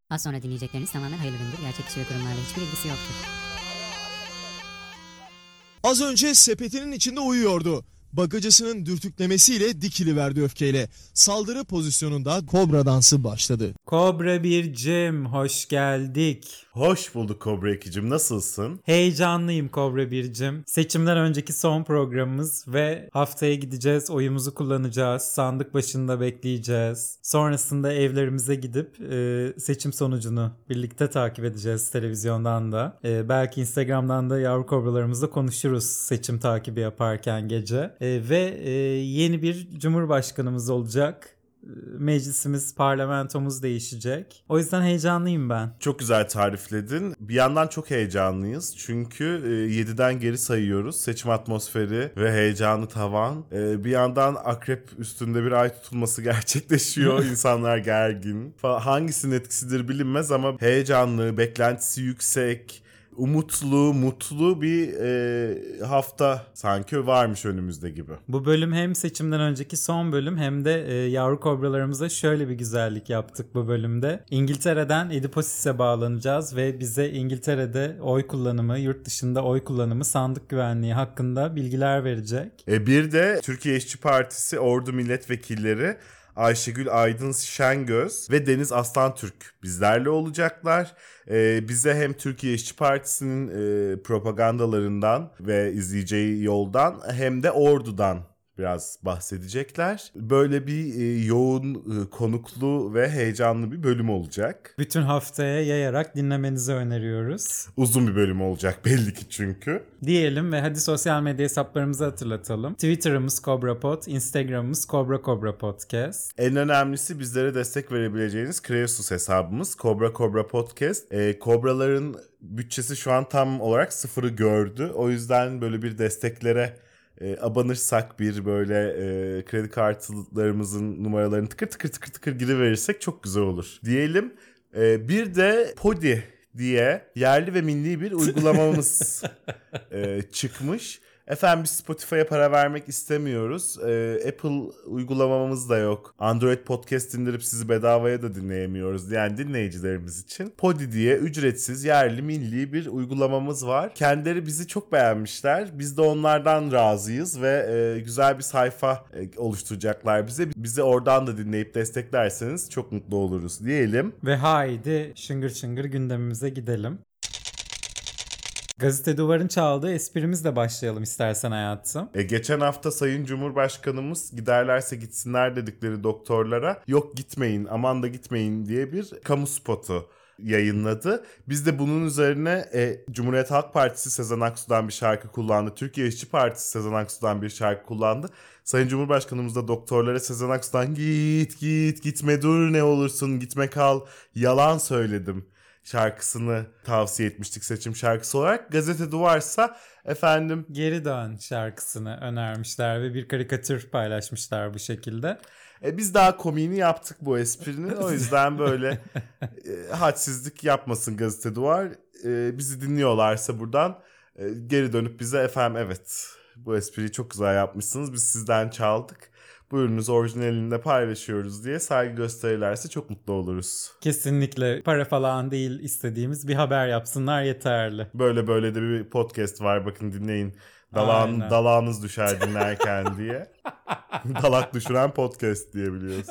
Az sonra dinleyecekleriniz tamamen hayırlı üründür. Gerçek kişi ve kurumlarla hiçbir ilgisi yoktur. Az önce sepetinin içinde uyuyordu. Bagacısının dürtüklemesiyle dikiliverdi öfkeyle. Saldırı pozisyonunda kobra dansı başladı. Kobra Bircim, hoş geldik. Hoş bulduk Kobra 2'cim, nasılsın? Heyecanlıyım Kobra Bircim. Seçimden önceki son programımız ve haftaya gideceğiz, oyumuzu kullanacağız, sandık başında bekleyeceğiz. Sonrasında evlerimize gidip seçim sonucunu birlikte takip edeceğiz televizyondan da. Belki Instagram'dan da yavru kobralarımızla konuşuruz seçim takibi yaparken gece. Ve yeni bir cumhurbaşkanımız olacak. Meclisimiz, parlamentomuz değişecek. O yüzden heyecanlıyım ben. Çok güzel tarifledin. Bir yandan çok heyecanlıyız. Çünkü 7'den geri sayıyoruz. Seçim atmosferi ve heyecanı tavan. Bir yandan akrep üstünde bir ay tutulması gerçekleşiyor. İnsanlar gergin. Hangisinin etkisidir bilinmez ama heyecanlı, beklentisi yüksek, umutlu, mutlu bir hafta sanki varmış önümüzde gibi. Bu bölüm hem seçimden önceki son bölüm hem de yavru kobralarımıza şöyle bir güzellik yaptık bu bölümde. İngiltere'den Ediposis'e bağlanacağız ve bize İngiltere'de oy kullanımı, yurt dışında oy kullanımı, sandık güvenliği hakkında bilgiler verecek. Bir de Türkiye İşçi Partisi Ordu Milletvekilleri Ayşegül Aydın Şengöz ve Deniz Aslantürk bizlerle olacaklar. Bize hem Türkiye İşçi Partisi'nin propagandalarından ve izleyeceği yoldan hem de Ordu'dan biraz bahsedecekler. Böyle bir yoğun, konuklu ve heyecanlı bir bölüm olacak. Bütün haftaya yayarak dinlemenizi öneriyoruz. Uzun bir bölüm olacak belli ki çünkü. Diyelim ve hadi sosyal medya hesaplarımızı hatırlatalım. Twitter'ımız CobraPod, Instagram'ımız Cobra Podcast. En önemlisi bizlere destek verebileceğiniz Kreasus hesabımız Cobra Podcast. Kobraların bütçesi şu an tam olarak sıfırı gördü. O yüzden böyle bir desteklere abanırsak, bir böyle kredi kartlarımızın numaralarını tıkır tıkır giriverirsek çok güzel olur diyelim. Bir de Podi diye yerli ve milli bir uygulamamız çıkmış. Efendim biz Spotify'a para vermek istemiyoruz. Apple uygulamamız da yok. Android podcast indirip sizi bedavaya da dinleyemiyoruz. Yani dinleyicilerimiz için. Podi diye ücretsiz yerli milli bir uygulamamız var. Kendileri bizi çok beğenmişler. Biz de onlardan razıyız ve güzel bir sayfa oluşturacaklar bize. Bizi oradan da dinleyip desteklerseniz çok mutlu oluruz diyelim. Ve haydi şıngır şıngır gündemimize gidelim. Gazete Duvar'ın çaldığı esprimizle başlayalım istersen hayatım. Geçen hafta Sayın Cumhurbaşkanımız giderlerse gitsinler dedikleri doktorlara yok gitmeyin, aman da gitmeyin diye bir kamu spotu yayınladı. Biz de bunun üzerine Cumhuriyet Halk Partisi Sezen Aksu'dan bir şarkı kullandı. Türkiye İşçi Partisi Sezen Aksu'dan bir şarkı kullandı. Sayın Cumhurbaşkanımız da doktorlara Sezen Aksu'dan gitme dur ne olursun gitme kal yalan söyledim şarkısını tavsiye etmiştik seçim şarkısı olarak. Gazete Duvarsa efendim Geri Dön şarkısını önermişler ve bir karikatür paylaşmışlar bu şekilde. Biz daha komiğini yaptık bu esprinin. O yüzden böyle hadsizlik yapmasın Gazete Duvar. Bizi dinliyorlarsa buradan geri dönüp bize efendim evet bu espriyi çok güzel yapmışsınız. Biz sizden çaldık. Buyurunuz orijinalinde paylaşıyoruz diye saygı gösterirlerse çok mutlu oluruz. Kesinlikle para falan değil istediğimiz bir haber yapsınlar yeterli. Böyle de bir podcast var bakın dinleyin. Aynen. Dalağınız düşer dinlerken diye. Dalak düşüren podcast diyebiliyorsun.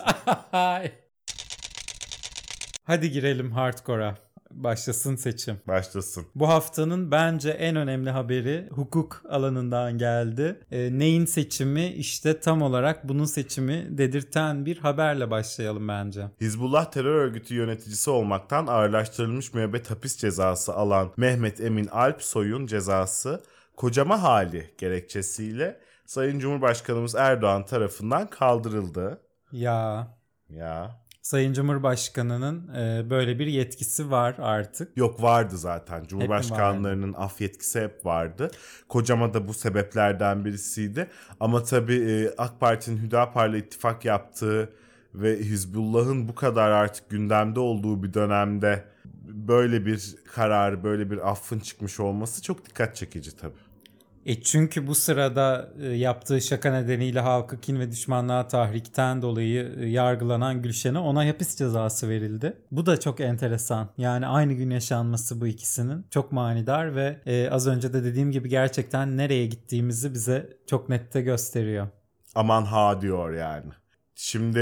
Hadi girelim hardcore'a. Başlasın seçim. Başlasın. Bu haftanın bence en önemli haberi hukuk alanından geldi. Neyin seçimi? İşte tam olarak bunun seçimi dedirten bir haberle başlayalım bence. Hizbullah terör örgütü yöneticisi olmaktan ağırlaştırılmış müebbet hapis cezası alan Mehmet Emin Alpsoy'un cezası kocama hali gerekçesiyle Sayın Cumhurbaşkanımız Erdoğan tarafından kaldırıldı. Ya... Sayın Cumhurbaşkanı'nın böyle bir yetkisi var artık. Yok vardı zaten. Cumhurbaşkanlarının af yetkisi hep vardı. Kocama da bu sebeplerden birisiydi. Ama tabii AK Parti'nin Hüdapar'la ittifak yaptığı ve Hizbullah'ın bu kadar artık gündemde olduğu bir dönemde böyle bir karar, böyle bir affın çıkmış olması çok dikkat çekici tabii. Çünkü bu sırada yaptığı şaka nedeniyle halkı kin ve düşmanlığa tahrikten dolayı yargılanan Gülşen'e onay hapis cezası verildi. Bu da çok enteresan. Yani aynı gün yaşanması bu ikisinin çok manidar ve az önce de dediğim gibi gerçekten nereye gittiğimizi bize çok nette gösteriyor. Aman ha diyor yani. Şimdi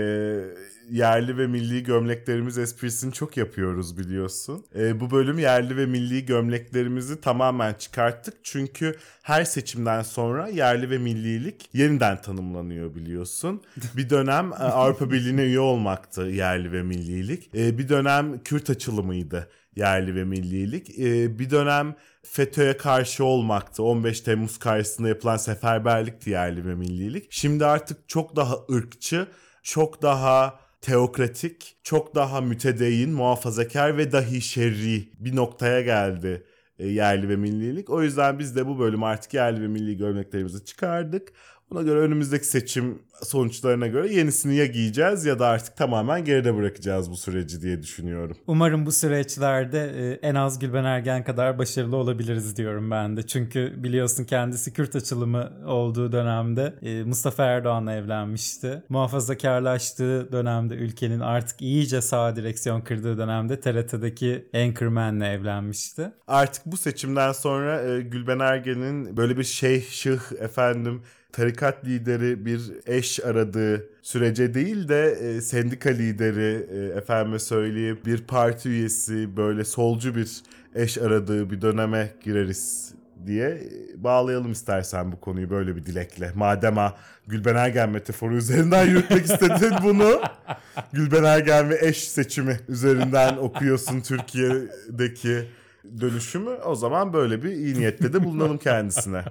yerli ve milli gömleklerimiz esprisini çok yapıyoruz biliyorsun. Bu bölüm yerli ve milli gömleklerimizi tamamen çıkarttık. Çünkü her seçimden sonra yerli ve millilik yeniden tanımlanıyor biliyorsun. Bir dönem Avrupa Birliği'ne üye olmaktı yerli ve millilik. Bir dönem Kürt açılımıydı yerli ve millilik. Bir dönem FETÖ'ye karşı olmaktı. 15 Temmuz karşısında yapılan seferberlikti yerli ve millilik. Şimdi artık çok daha ırkçı, çok daha teokratik, çok daha mütedeyyin, muhafazakar ve dahi şerri bir noktaya geldi yerli ve millilik. O yüzden biz de bu bölüm artık yerli ve milli gömleklerimizi çıkardık. Ona göre önümüzdeki seçim sonuçlarına göre yenisini ya giyeceğiz ya da artık tamamen geride bırakacağız bu süreci diye düşünüyorum. Umarım bu süreçlerde en az Gülben Ergen kadar başarılı olabiliriz diyorum ben de. Çünkü biliyorsun kendisi Kürt açılımı olduğu dönemde Mustafa Erdoğan'la evlenmişti. Muhafazakarlaştığı dönemde ülkenin artık iyice sağa direksiyon kırdığı dönemde TRT'deki Anchorman'le evlenmişti. Artık bu seçimden sonra Gülben Ergen'in böyle bir tarikat lideri bir eş aradığı sürece değil de sendika lideri, efendime söyleyeyim bir parti üyesi, böyle solcu bir eş aradığı bir döneme gireriz diye bağlayalım istersen bu konuyu böyle bir dilekle. Madem Gülben Ergen metaforu üzerinden yürütmek istedin bunu. Gülben Ergen ve eş seçimi üzerinden okuyorsun Türkiye'deki dönüşümü. O zaman böyle bir iyi niyetle de bulunalım kendisine.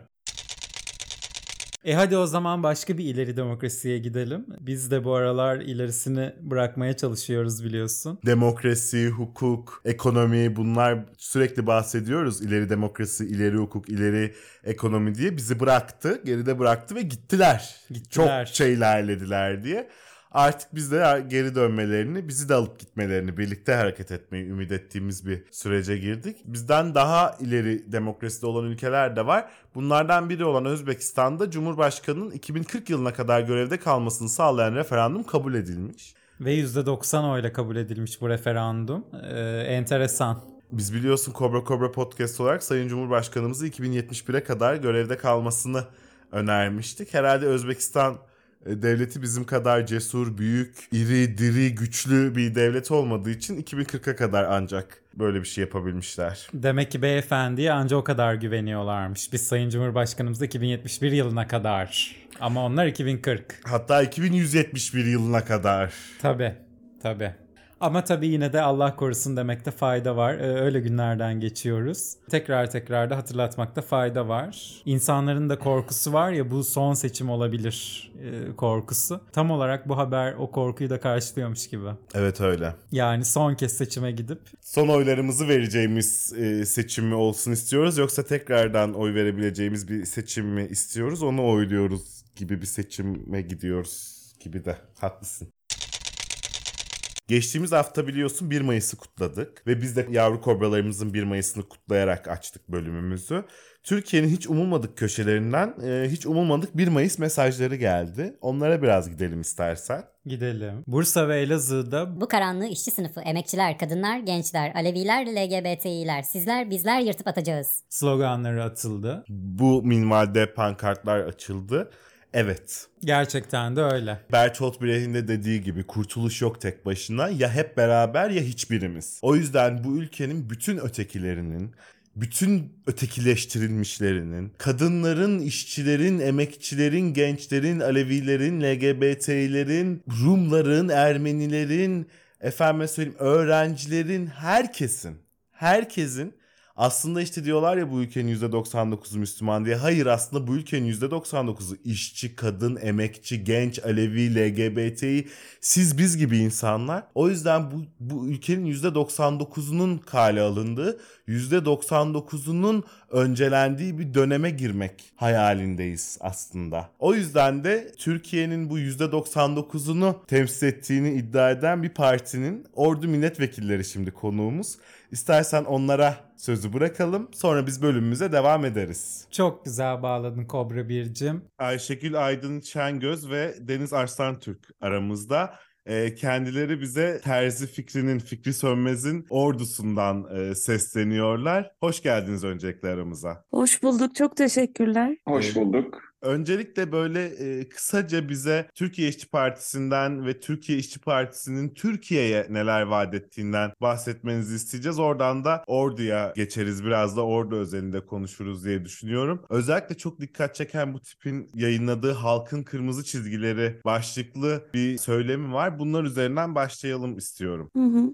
Hadi o zaman başka bir ileri demokrasiye gidelim. Biz de bu aralar ilerisini bırakmaya çalışıyoruz biliyorsun. Demokrasi, hukuk, ekonomi, bunlar sürekli bahsediyoruz. İleri demokrasi, ileri hukuk, ileri ekonomi diye bizi bıraktı, geride bıraktı ve gittiler. Çok şey ilerlediler diye. Artık biz de geri dönmelerini, bizi de alıp gitmelerini, birlikte hareket etmeyi ümit ettiğimiz bir sürece girdik. Bizden daha ileri demokraside olan ülkeler de var. Bunlardan biri olan Özbekistan'da Cumhurbaşkanı'nın 2040 yılına kadar görevde kalmasını sağlayan referandum kabul edilmiş. Ve %90 oyla kabul edilmiş bu referandum. Enteresan. Biz biliyorsun Kobra Podcast olarak Sayın Cumhurbaşkanımızı 2071'e kadar görevde kalmasını önermiştik. Herhalde Özbekistan devleti bizim kadar cesur, büyük, iri, diri, güçlü bir devlet olmadığı için 2040'a kadar ancak böyle bir şey yapabilmişler. Demek ki beyefendiye anca o kadar güveniyorlarmış. Biz Sayın Cumhurbaşkanımız da 2071 yılına kadar. Ama onlar 2040. Hatta 2171 yılına kadar. Tabii. Ama tabii yine de Allah korusun demekte fayda var. Öyle günlerden geçiyoruz. Tekrar da hatırlatmakta fayda var. İnsanların da korkusu var ya, bu son seçim olabilir korkusu. Tam olarak bu haber o korkuyu da karşılıyormuş gibi. Evet öyle. Yani son kez seçime gidip son oylarımızı vereceğimiz seçim mi olsun istiyoruz, yoksa tekrardan oy verebileceğimiz bir seçim mi istiyoruz, onu oyluyoruz gibi bir seçime gidiyoruz gibi de. Haklısın. Geçtiğimiz hafta biliyorsun 1 Mayıs'ı kutladık ve biz de yavru kobralarımızın 1 Mayıs'ını kutlayarak açtık bölümümüzü. Türkiye'nin hiç umulmadık köşelerinden hiç umulmadık 1 Mayıs mesajları geldi. Onlara biraz gidelim istersen. Gidelim. Bursa ve Elazığ'da Bu karanlığı işçi sınıfı, emekçiler, kadınlar, gençler, Aleviler, LGBTİ'ler, sizler, bizler yırtıp atacağız sloganları atıldı. Bu minvalde pankartlar açıldı. Evet. Gerçekten de öyle. Bertolt Brecht'in de dediği gibi kurtuluş yok tek başına, ya hep beraber ya hiçbirimiz. O yüzden bu ülkenin bütün ötekilerinin, bütün ötekileştirilmişlerinin, kadınların, işçilerin, emekçilerin, gençlerin, Alevilerin, LGBT'lerin, Rumların, Ermenilerin, öğrencilerin, herkesin aslında işte diyorlar ya bu ülkenin %99'u Müslüman diye. Hayır, aslında bu ülkenin %99'u işçi, kadın, emekçi, genç, Alevi, LGBTİ, siz biz gibi insanlar. O yüzden bu ülkenin %99'unun kale alındığı, %99'unun öncelendiği bir döneme girmek hayalindeyiz aslında. O yüzden de Türkiye'nin bu %99'unu temsil ettiğini iddia eden bir partinin ordu milletvekilleri şimdi konuğumuz. İstersen onlara sözü bırakalım. Sonra biz bölümümüze devam ederiz. Çok güzel bağladın Kobra Bircim. Ayşegül Aydın Şengöz ve Deniz Arslan Türk aramızda. Kendileri bize Terzi Fikri Sönmez'in ordusundan sesleniyorlar. Hoş geldiniz öncelikle aramıza. Hoş bulduk. Çok teşekkürler. Hoş bulduk. Öncelikle böyle kısaca bize Türkiye İşçi Partisi'nden ve Türkiye İşçi Partisi'nin Türkiye'ye neler vaat ettiğinden bahsetmenizi isteyeceğiz. Oradan da Ordu'ya geçeriz. Biraz da Ordu özelinde konuşuruz diye düşünüyorum. Özellikle çok dikkat çeken bu tipin yayınladığı Halkın Kırmızı Çizgileri başlıklı bir söylemi var. Bunlar üzerinden başlayalım istiyorum.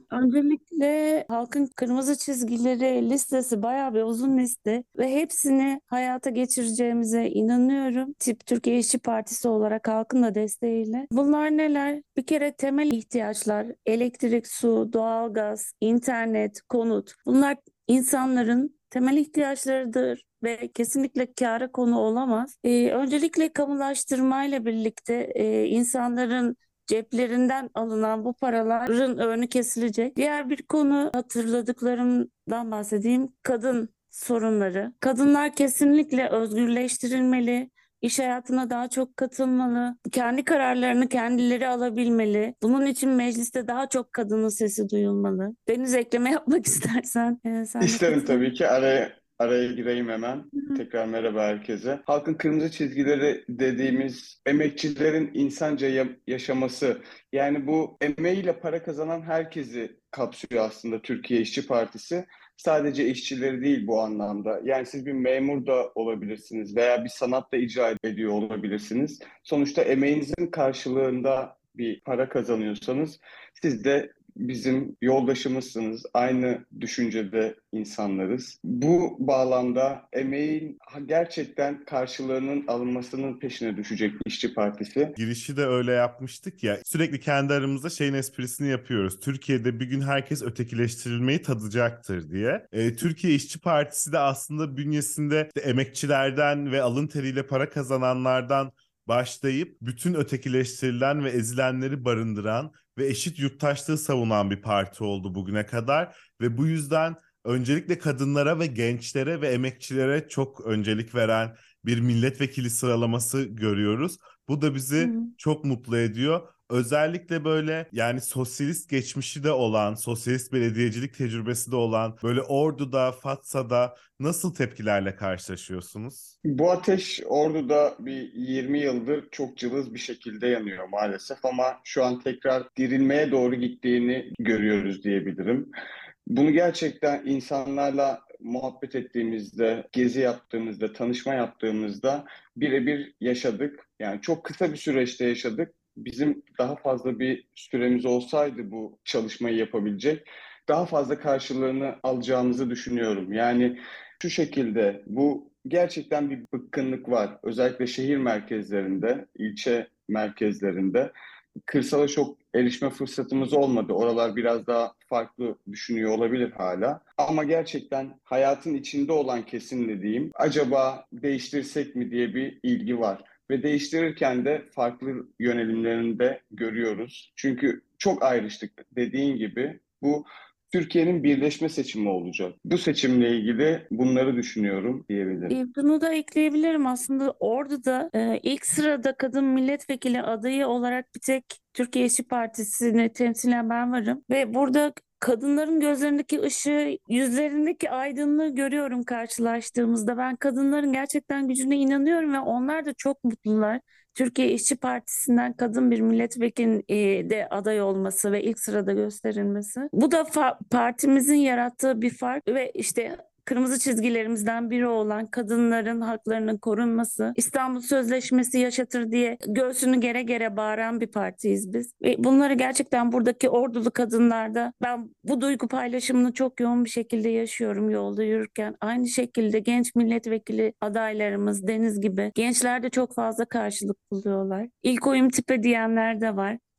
Öncelikle halkın kırmızı çizgileri listesi bayağı bir uzun liste ve hepsini hayata geçireceğimize inanıyorum. Türkiye İşçi Partisi olarak halkın da desteğiyle. Bunlar neler? Bir kere temel ihtiyaçlar, elektrik, su, doğalgaz, internet, konut. Bunlar insanların temel ihtiyaçlarıdır ve kesinlikle kâra konu olamaz. Öncelikle kamulaştırmayla birlikte insanların ceplerinden alınan bu paraların önü kesilecek. Diğer bir konu hatırladıklarımdan bahsedeyim. Kadın sorunları. Kadınlar kesinlikle özgürleştirilmeli. İş hayatına daha çok katılmalı. Kendi kararlarını kendileri alabilmeli. Bunun için mecliste daha çok kadının sesi duyulmalı. Deniz, ekleme yapmak istersen sen de İsterim katıl. tabii ki. Araya gireyim hemen. Tekrar merhaba herkese. Halkın kırmızı çizgileri dediğimiz emekçilerin insanca yaşaması. Yani bu emeğiyle para kazanan herkesi kapsıyor aslında Türkiye İşçi Partisi. Sadece işçileri değil bu anlamda. Yani siz bir memur da olabilirsiniz veya bir sanat da icra ediyor olabilirsiniz. Sonuçta emeğinizin karşılığında bir para kazanıyorsanız siz de bizim yoldaşımızsınız. Aynı düşüncede insanlarız. Bu bağlamda emeğin gerçekten karşılığının alınmasının peşine düşecek İşçi Partisi. Girişi de öyle yapmıştık ya. Sürekli kendi aramızda şeyin esprisini yapıyoruz. Türkiye'de bir gün herkes ötekileştirilmeyi tadacaktır diye. Türkiye İşçi Partisi de aslında bünyesinde emekçilerden ve alın teriyle para kazananlardan başlayıp bütün ötekileştirilen ve ezilenleri barındıran ve eşit yurttaşlığı savunan bir parti oldu bugüne kadar ve bu yüzden öncelikle kadınlara ve gençlere ve emekçilere çok öncelik veren bir milletvekili sıralaması görüyoruz. Bu da bizi çok mutlu ediyor. Özellikle böyle yani sosyalist geçmişi de olan, sosyalist belediyecilik tecrübesi de olan böyle Ordu'da, Fatsa'da nasıl tepkilerle karşılaşıyorsunuz? Bu ateş Ordu'da bir 20 yıldır çok cılız bir şekilde yanıyor maalesef ama şu an tekrar dirilmeye doğru gittiğini görüyoruz diyebilirim. Bunu gerçekten insanlarla muhabbet ettiğimizde, gezi yaptığımızda, tanışma yaptığımızda birebir yaşadık. Yani çok kısa bir süreçte yaşadık. Bizim daha fazla bir süremiz olsaydı bu çalışmayı yapabilecek, daha fazla karşılığını alacağımızı düşünüyorum. Yani şu şekilde bu gerçekten bir bıkkınlık var. Özellikle şehir merkezlerinde, ilçe merkezlerinde. Kırsala çok erişme fırsatımız olmadı. Oralar biraz daha farklı düşünüyor olabilir hala. Ama gerçekten hayatın içinde olan kesimle diyeyim, acaba değiştirsek mi diye bir ilgi var. Ve değiştirirken de farklı yönelimlerini de görüyoruz. Çünkü çok ayrıştık dediğin gibi. Bu Türkiye'nin birleşme seçimi olacak. Bu seçimle ilgili bunları düşünüyorum diyebilirim. Bunu da ekleyebilirim aslında. Ordu'da ilk sırada kadın milletvekili adayı olarak bir tek Türkiye İşçi Partisi'ni temsilen ben varım. Ve burada kadınların gözlerindeki ışığı, yüzlerindeki aydınlığı görüyorum karşılaştığımızda. Ben kadınların gerçekten gücüne inanıyorum ve onlar da çok mutlular. Türkiye İşçi Partisi'nden kadın bir milletvekili de aday olması ve ilk sırada gösterilmesi. Bu da partimizin yarattığı bir fark ve işte kırmızı çizgilerimizden biri olan kadınların haklarının korunması, İstanbul Sözleşmesi yaşatır diye göğsünü gere gere bağıran bir partiyiz biz. Ve bunları gerçekten buradaki ordulu kadınlarda ben bu duygu paylaşımını çok yoğun bir şekilde yaşıyorum yolda yürürken. Aynı şekilde genç milletvekili adaylarımız Deniz gibi gençler de çok fazla karşılık buluyorlar. İlk oyum tipe diyenler de var.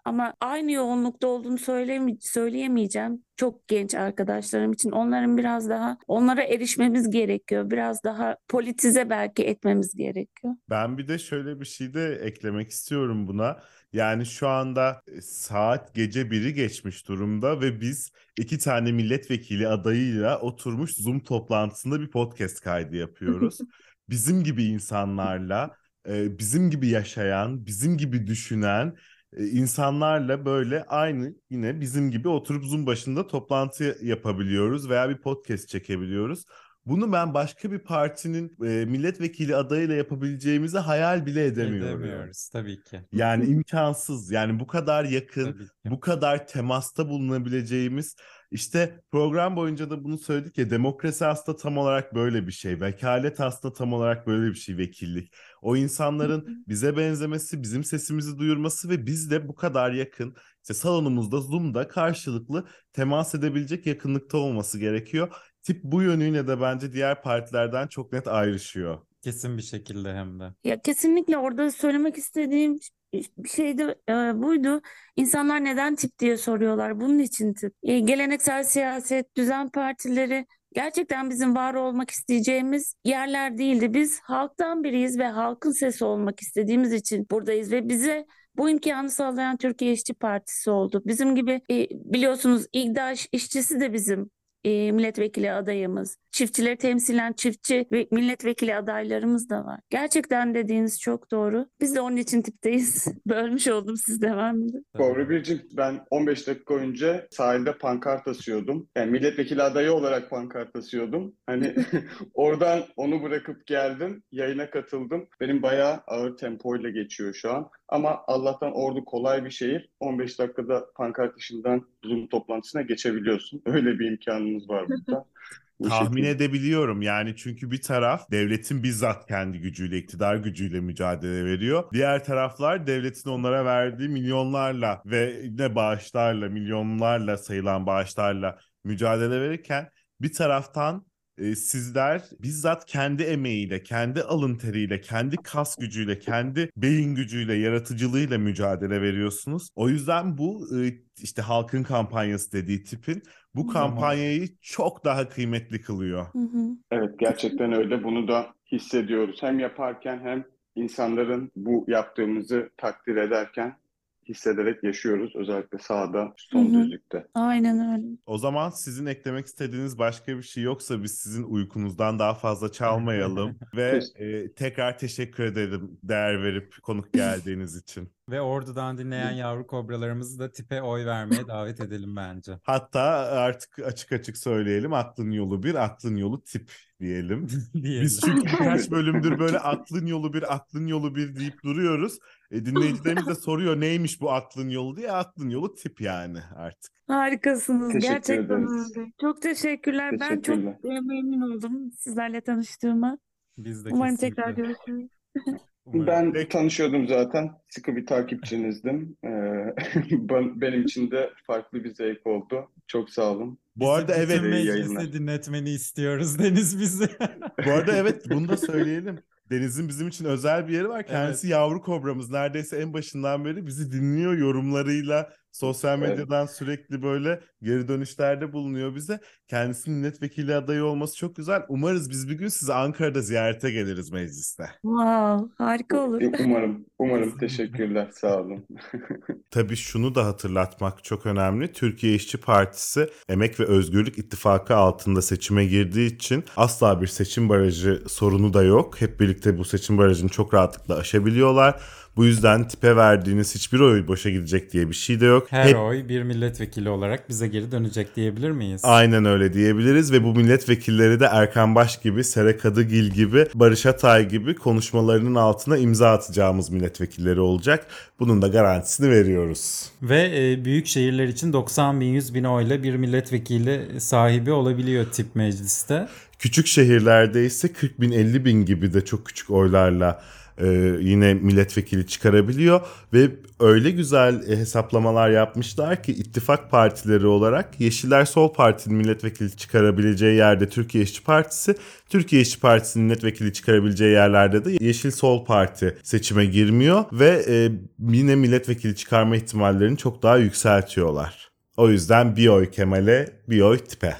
Ama aynı yoğunlukta olduğunu söyleyemeyeceğim. Çok genç arkadaşlarım için onlara erişmemiz gerekiyor. Biraz daha politize belki etmemiz gerekiyor. Ben bir de şöyle bir şey de eklemek istiyorum buna. Yani şu anda saat gece 1'i geçmiş durumda ve biz 2 tane milletvekili adayıyla oturmuş Zoom toplantısında bir podcast kaydı yapıyoruz. Bizim gibi insanlarla, bizim gibi yaşayan, bizim gibi düşünen insanlarla böyle aynı yine bizim gibi oturup Zoom başında toplantı yapabiliyoruz veya bir podcast çekebiliyoruz. Bunu ben başka bir partinin milletvekili adayıyla yapabileceğimizi hayal bile edemiyorum. Edemiyoruz tabii ki. Yani imkansız. Yani bu kadar yakın, Tabii ki. bu kadar temasta bulunabileceğimiz, işte program boyunca da bunu söyledik ya, demokrasi aslında tam olarak böyle bir şey. Vekalet aslında tam olarak böyle bir şey, vekillik. O insanların bize benzemesi, bizim sesimizi duyurması ve biz de bu kadar yakın, işte salonumuzda, Zoom'da karşılıklı temas edebilecek yakınlıkta olması gerekiyor. Tip bu yönüyle de bence diğer partilerden çok net ayrışıyor. Kesin bir şekilde hem de. Ya kesinlikle orada söylemek istediğim bir şey de buydu. İnsanlar neden tip diye soruyorlar. Bunun için tip. Geleneksel siyaset, düzen partileri gerçekten bizim var olmak isteyeceğimiz yerler değildi. Biz halktan biriyiz ve halkın sesi olmak istediğimiz için buradayız ve bize bu imkanı sağlayan Türkiye İşçi Partisi oldu. Bizim gibi biliyorsunuz İGDAŞ işçisi de bizim milletvekili adayımız. Çiftçileri temsilen çiftçi ve milletvekili adaylarımız da var. Gerçekten dediğiniz çok doğru. Biz de onun için tipteyiz. Bölmüş oldum, siz devam edin. Kobra Bircim, ben 15 dakika önce sahilde pankart asıyordum. Yani milletvekili adayı olarak pankart asıyordum. Hani oradan onu bırakıp geldim, yayına katıldım. Benim bayağı ağır tempoyla geçiyor şu an. Ama Allah'tan Ordu kolay bir şehir. 15 dakikada pankart işinden Zoom toplantısına geçebiliyorsun. Öyle bir imkanınız var burada. Bu Tahmin şekilde. edebiliyorum yani, çünkü bir taraf devletin bizzat kendi gücüyle, iktidar gücüyle mücadele veriyor. Diğer taraflar devletin onlara verdiği milyonlarla ve ne bağışlarla, milyonlarla sayılan bağışlarla mücadele verirken bir taraftan sizler bizzat kendi emeğiyle, kendi alın teriyle, kendi kas gücüyle, kendi beyin gücüyle, yaratıcılığıyla mücadele veriyorsunuz. O yüzden bu işte halkın kampanyası dediği tipin bu kampanyayı çok daha kıymetli kılıyor. Hı hı. Evet, gerçekten öyle. Bunu da hissediyoruz. Hem yaparken hem insanların bu yaptığımızı takdir ederken hissederek yaşıyoruz. Özellikle sahada, son Hı hı. düzlükte. Aynen öyle. O zaman sizin eklemek istediğiniz başka bir şey yoksa biz sizin uykunuzdan daha fazla çalmayalım ve tekrar teşekkür ederim değer verip konuk geldiğiniz için. Ve Ordu'dan dinleyen yavru kobralarımızı da tipe oy vermeye davet edelim bence. Hatta artık açık açık söyleyelim, aklın yolu bir, aklın yolu tip diyelim. Diyelim. Biz çünkü birkaç bölümdür böyle aklın yolu bir, aklın yolu bir deyip duruyoruz. Dinleyicilerimiz de soruyor neymiş bu aklın yolu diye. Aklın yolu tip yani artık. Harikasınız. Teşekkür Gerçekten ederiz. öyle. Çok teşekkürler. Ben çok Teşekkürler. memnun oldum sizlerle tanıştığıma. Biz de Umarım kesinlikle. tekrar görüşürüz. Umarım. Ben Peki. tanışıyordum zaten. Sıkı bir takipçinizdim. Benim için de farklı bir zevk oldu. Çok sağ olun. Bu arada Bizi evet. bütün İyi meclisi yayınlar. dinletmeni istiyoruz Deniz bizi. Bu arada evet, bunu da söyleyelim. Deniz'in bizim için özel bir yeri var. Kendisi yavru kobramız. Neredeyse en başından beri bizi dinliyor, yorumlarıyla sosyal medyadan sürekli böyle geri dönüşlerde bulunuyor bize. Kendisinin milletvekili adayı olması çok güzel. Umarız biz bir gün sizi Ankara'da ziyarete geliriz mecliste. Wow, harika olur. Umarım. Teşekkürler. Sağ olun. Tabii şunu da hatırlatmak çok önemli. Türkiye İşçi Partisi Emek ve Özgürlük İttifakı altında seçime girdiği için asla bir seçim barajı sorunu da yok. Hep birlikte bu seçim barajını çok rahatlıkla aşabiliyorlar. Bu yüzden tipe verdiğiniz hiçbir oy boşa gidecek diye bir şey de yok. Her oy bir milletvekili olarak bize geri dönecek diyebilir miyiz? Aynen öyle diyebiliriz ve bu milletvekilleri de Erkan Baş gibi, Sere Kadıgil gibi, Barış Atay gibi konuşmalarının altına imza atacağımız milletvekilleri olacak. Bunun da garantisini veriyoruz. Ve büyük şehirler için 90 bin 100 bin oyla bir milletvekili sahibi olabiliyor tip mecliste. Küçük şehirlerde ise 40 bin 50 bin gibi de çok küçük oylarla yine milletvekili çıkarabiliyor ve öyle güzel hesaplamalar yapmışlar ki ittifak partileri olarak Yeşiller Sol Parti'nin milletvekili çıkarabileceği yerde Türkiye İşçi Partisi, Türkiye İşçi Partisi'nin milletvekili çıkarabileceği yerlerde de Yeşil Sol Parti seçime girmiyor ve yine milletvekili çıkarma ihtimallerini çok daha yükseltiyorlar. O yüzden bir oy Kemal'e, bir oy tipe.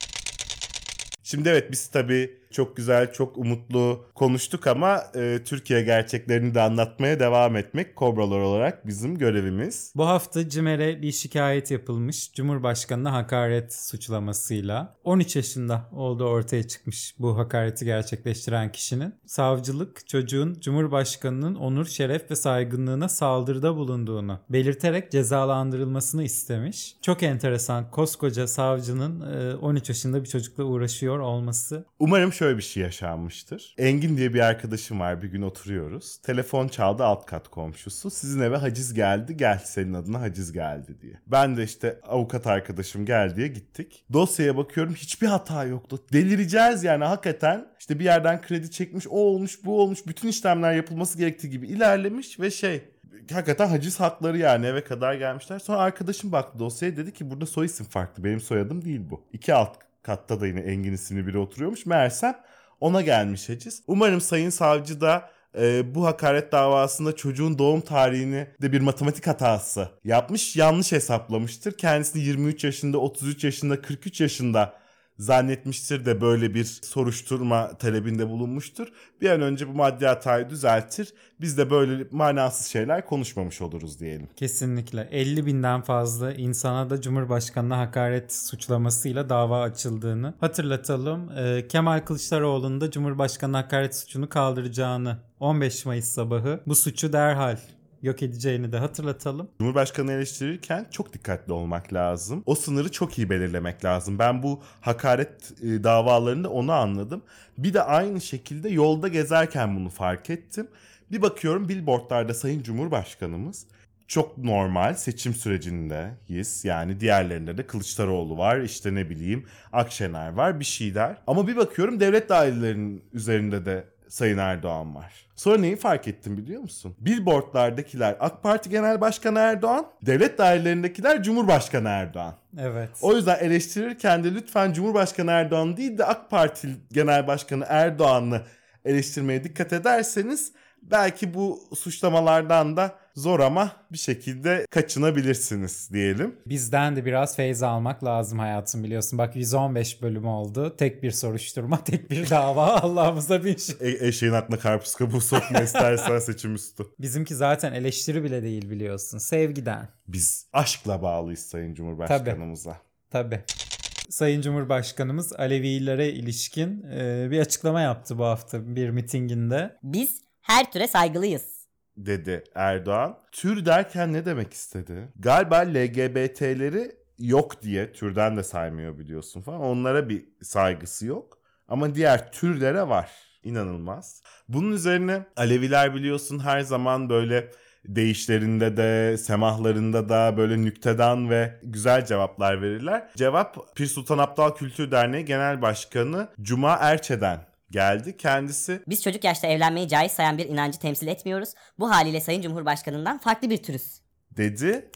Şimdi evet, biz tabii çok güzel, çok umutlu konuştuk ama Türkiye gerçeklerini de anlatmaya devam etmek Kobralar olarak bizim görevimiz. Bu hafta CİMER'e bir şikayet yapılmış Cumhurbaşkanı'na hakaret suçlamasıyla. 13 yaşında olduğu ortaya çıkmış bu hakareti gerçekleştiren kişinin. Savcılık çocuğun Cumhurbaşkanı'nın onur, şeref ve saygınlığına saldırıda bulunduğunu belirterek cezalandırılmasını istemiş. Çok enteresan, koskoca savcının 13 yaşında bir çocukla uğraşıyor olması. Umarım şöyle bir şey yaşanmıştır. Engin diye bir arkadaşım var, bir gün oturuyoruz. Telefon çaldı, alt kat komşusu. Sizin eve haciz geldi, gel senin adına haciz geldi diye. Ben de işte avukat arkadaşım gel diye gittik. Dosyaya bakıyorum, hiçbir hata yoktu. Delireceğiz yani hakikaten. İşte bir yerden kredi çekmiş, o olmuş, bu olmuş. Bütün işlemler yapılması gerektiği gibi ilerlemiş ve hakikaten haciz hakları yani eve kadar gelmişler. Sonra arkadaşım baktı dosyaya, dedi ki burada soy isim farklı. Benim soyadım değil bu. 2 alt katta da yine Engin isimli biri oturuyormuş. Meğersem ona gelmiş haciz. Umarım sayın savcı da bu hakaret davasında çocuğun doğum tarihini de bir matematik hatası yapmış. Yanlış hesaplamıştır. Kendisini 23 yaşında, 33 yaşında, 43 yaşında zannetmiştir de böyle bir soruşturma talebinde bulunmuştur. Bir an önce bu maddi hatayı düzeltir. Biz de böyle manasız şeyler konuşmamış oluruz diyelim. Kesinlikle. 50.000'den fazla insana da Cumhurbaşkanı'na hakaret suçlamasıyla dava açıldığını hatırlatalım. Kemal Kılıçdaroğlu'nun da Cumhurbaşkanı hakaret suçunu kaldıracağını 15 Mayıs sabahı bu suçu derhal yok edeceğini de hatırlatalım. Cumhurbaşkanı eleştirirken çok dikkatli olmak lazım. O sınırı çok iyi belirlemek lazım. Ben bu hakaret davalarında onu anladım. Bir de aynı şekilde yolda gezerken bunu fark ettim. Bir bakıyorum billboardlarda Sayın Cumhurbaşkanımız çok normal seçim sürecindeyiz. Yani diğerlerinde de Kılıçdaroğlu var, işte ne bileyim Akşener var, bir şeyler. Ama bir bakıyorum devlet dairelerinin üzerinde de Sayın Erdoğan var. Sonra neyi fark ettim biliyor musun? Billboardlardakiler AK Parti Genel Başkanı Erdoğan, devlet dairelerindekiler Cumhurbaşkanı Erdoğan. Evet. O yüzden eleştirirken de lütfen Cumhurbaşkanı Erdoğan değil de AK Parti Genel Başkanı Erdoğan'ı eleştirmeye dikkat ederseniz belki bu suçlamalardan da zor ama bir şekilde kaçınabilirsiniz diyelim. Bizden de biraz feyz almak lazım hayatım, biliyorsun. Bak 115 bölüm oldu. Tek bir soruşturma, tek bir dava. Allah'ımıza bin şükür. Eşeğin aklına karpuz kabuğu sokma istersen seçim üstü. Bizimki zaten eleştiri bile değil, biliyorsun. Sevgiden. Biz aşkla bağlıyız Sayın Cumhurbaşkanımıza. Tabii. Sayın Cumhurbaşkanımız Alevilere ilişkin bir açıklama yaptı bu hafta bir mitinginde. Biz her türe saygılıyız Dedi Erdoğan. Tür derken ne demek istedi? Galiba LGBT'leri yok diye, türden de saymıyor biliyorsun falan. Onlara bir saygısı yok. Ama diğer türlere var. İnanılmaz. Bunun üzerine Aleviler biliyorsun her zaman böyle deyişlerinde de semahlarında da böyle nüktedan ve güzel cevaplar verirler. Cevap Pir Sultan Abdal Kültür Derneği Genel Başkanı Cuma Erçe'den geldi. Kendisi Biz çocuk yaşta evlenmeyi caiz sayan bir inancı temsil etmiyoruz. Bu haliyle Sayın Cumhurbaşkanı'ndan farklı bir türüz dedi.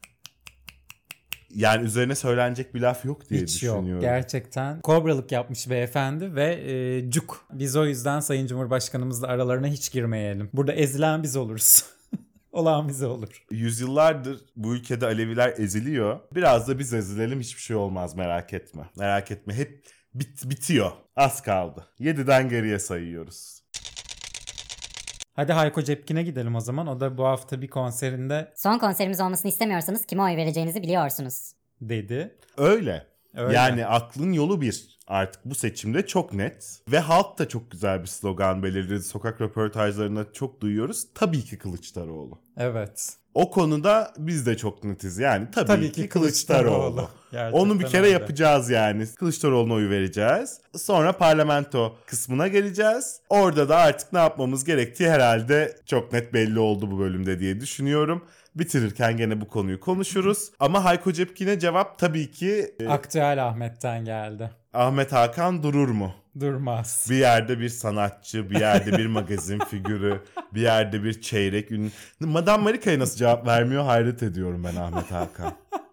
Yani üzerine söylenecek bir laf yok diye Hiç düşünüyorum. yok. Gerçekten kobralık yapmış beyefendi ve cuk. Biz o yüzden Sayın Cumhurbaşkanımızla aralarına hiç girmeyelim. Burada ezilen biz oluruz. Olan bize olur. Yüzyıllardır bu ülkede Aleviler eziliyor. Biraz da biz ezilelim, hiçbir şey olmaz, merak etme. Merak etme, hep bitiyor. Az kaldı. 7'den geriye sayıyoruz. Hadi Hayko Cepkin'e gidelim o zaman. O da bu hafta bir konserinde Son konserimiz olmasını istemiyorsanız kime oy vereceğinizi biliyorsunuz dedi. Öyle. Öyle. Yani aklın yolu bir. Artık bu seçimde çok net. Ve halk da çok güzel bir slogan belirledi. Sokak röportajlarında çok duyuyoruz. Tabii ki Kılıçdaroğlu. Evet. O konuda biz de çok netiz. Yani tabii ki Kılıçdaroğlu. Gerçekten Onu bir kere öyle. yapacağız yani. Kılıçdaroğlu'na oy vereceğiz. Sonra parlamento kısmına geleceğiz. Orada da artık ne yapmamız gerektiği herhalde çok net belli oldu bu bölümde diye düşünüyorum. Bitirirken gene bu konuyu konuşuruz. Ama Hayko Cepkin'e cevap tabii ki Aktüel Ahmet'ten geldi. Ahmet Hakan durur mu Durmaz. Bir yerde bir sanatçı, bir yerde bir magazin figürü, bir yerde bir çeyrek ünlü. Madame Marika'ya nasıl cevap vermiyor hayret ediyorum ben Ahmet Hakan.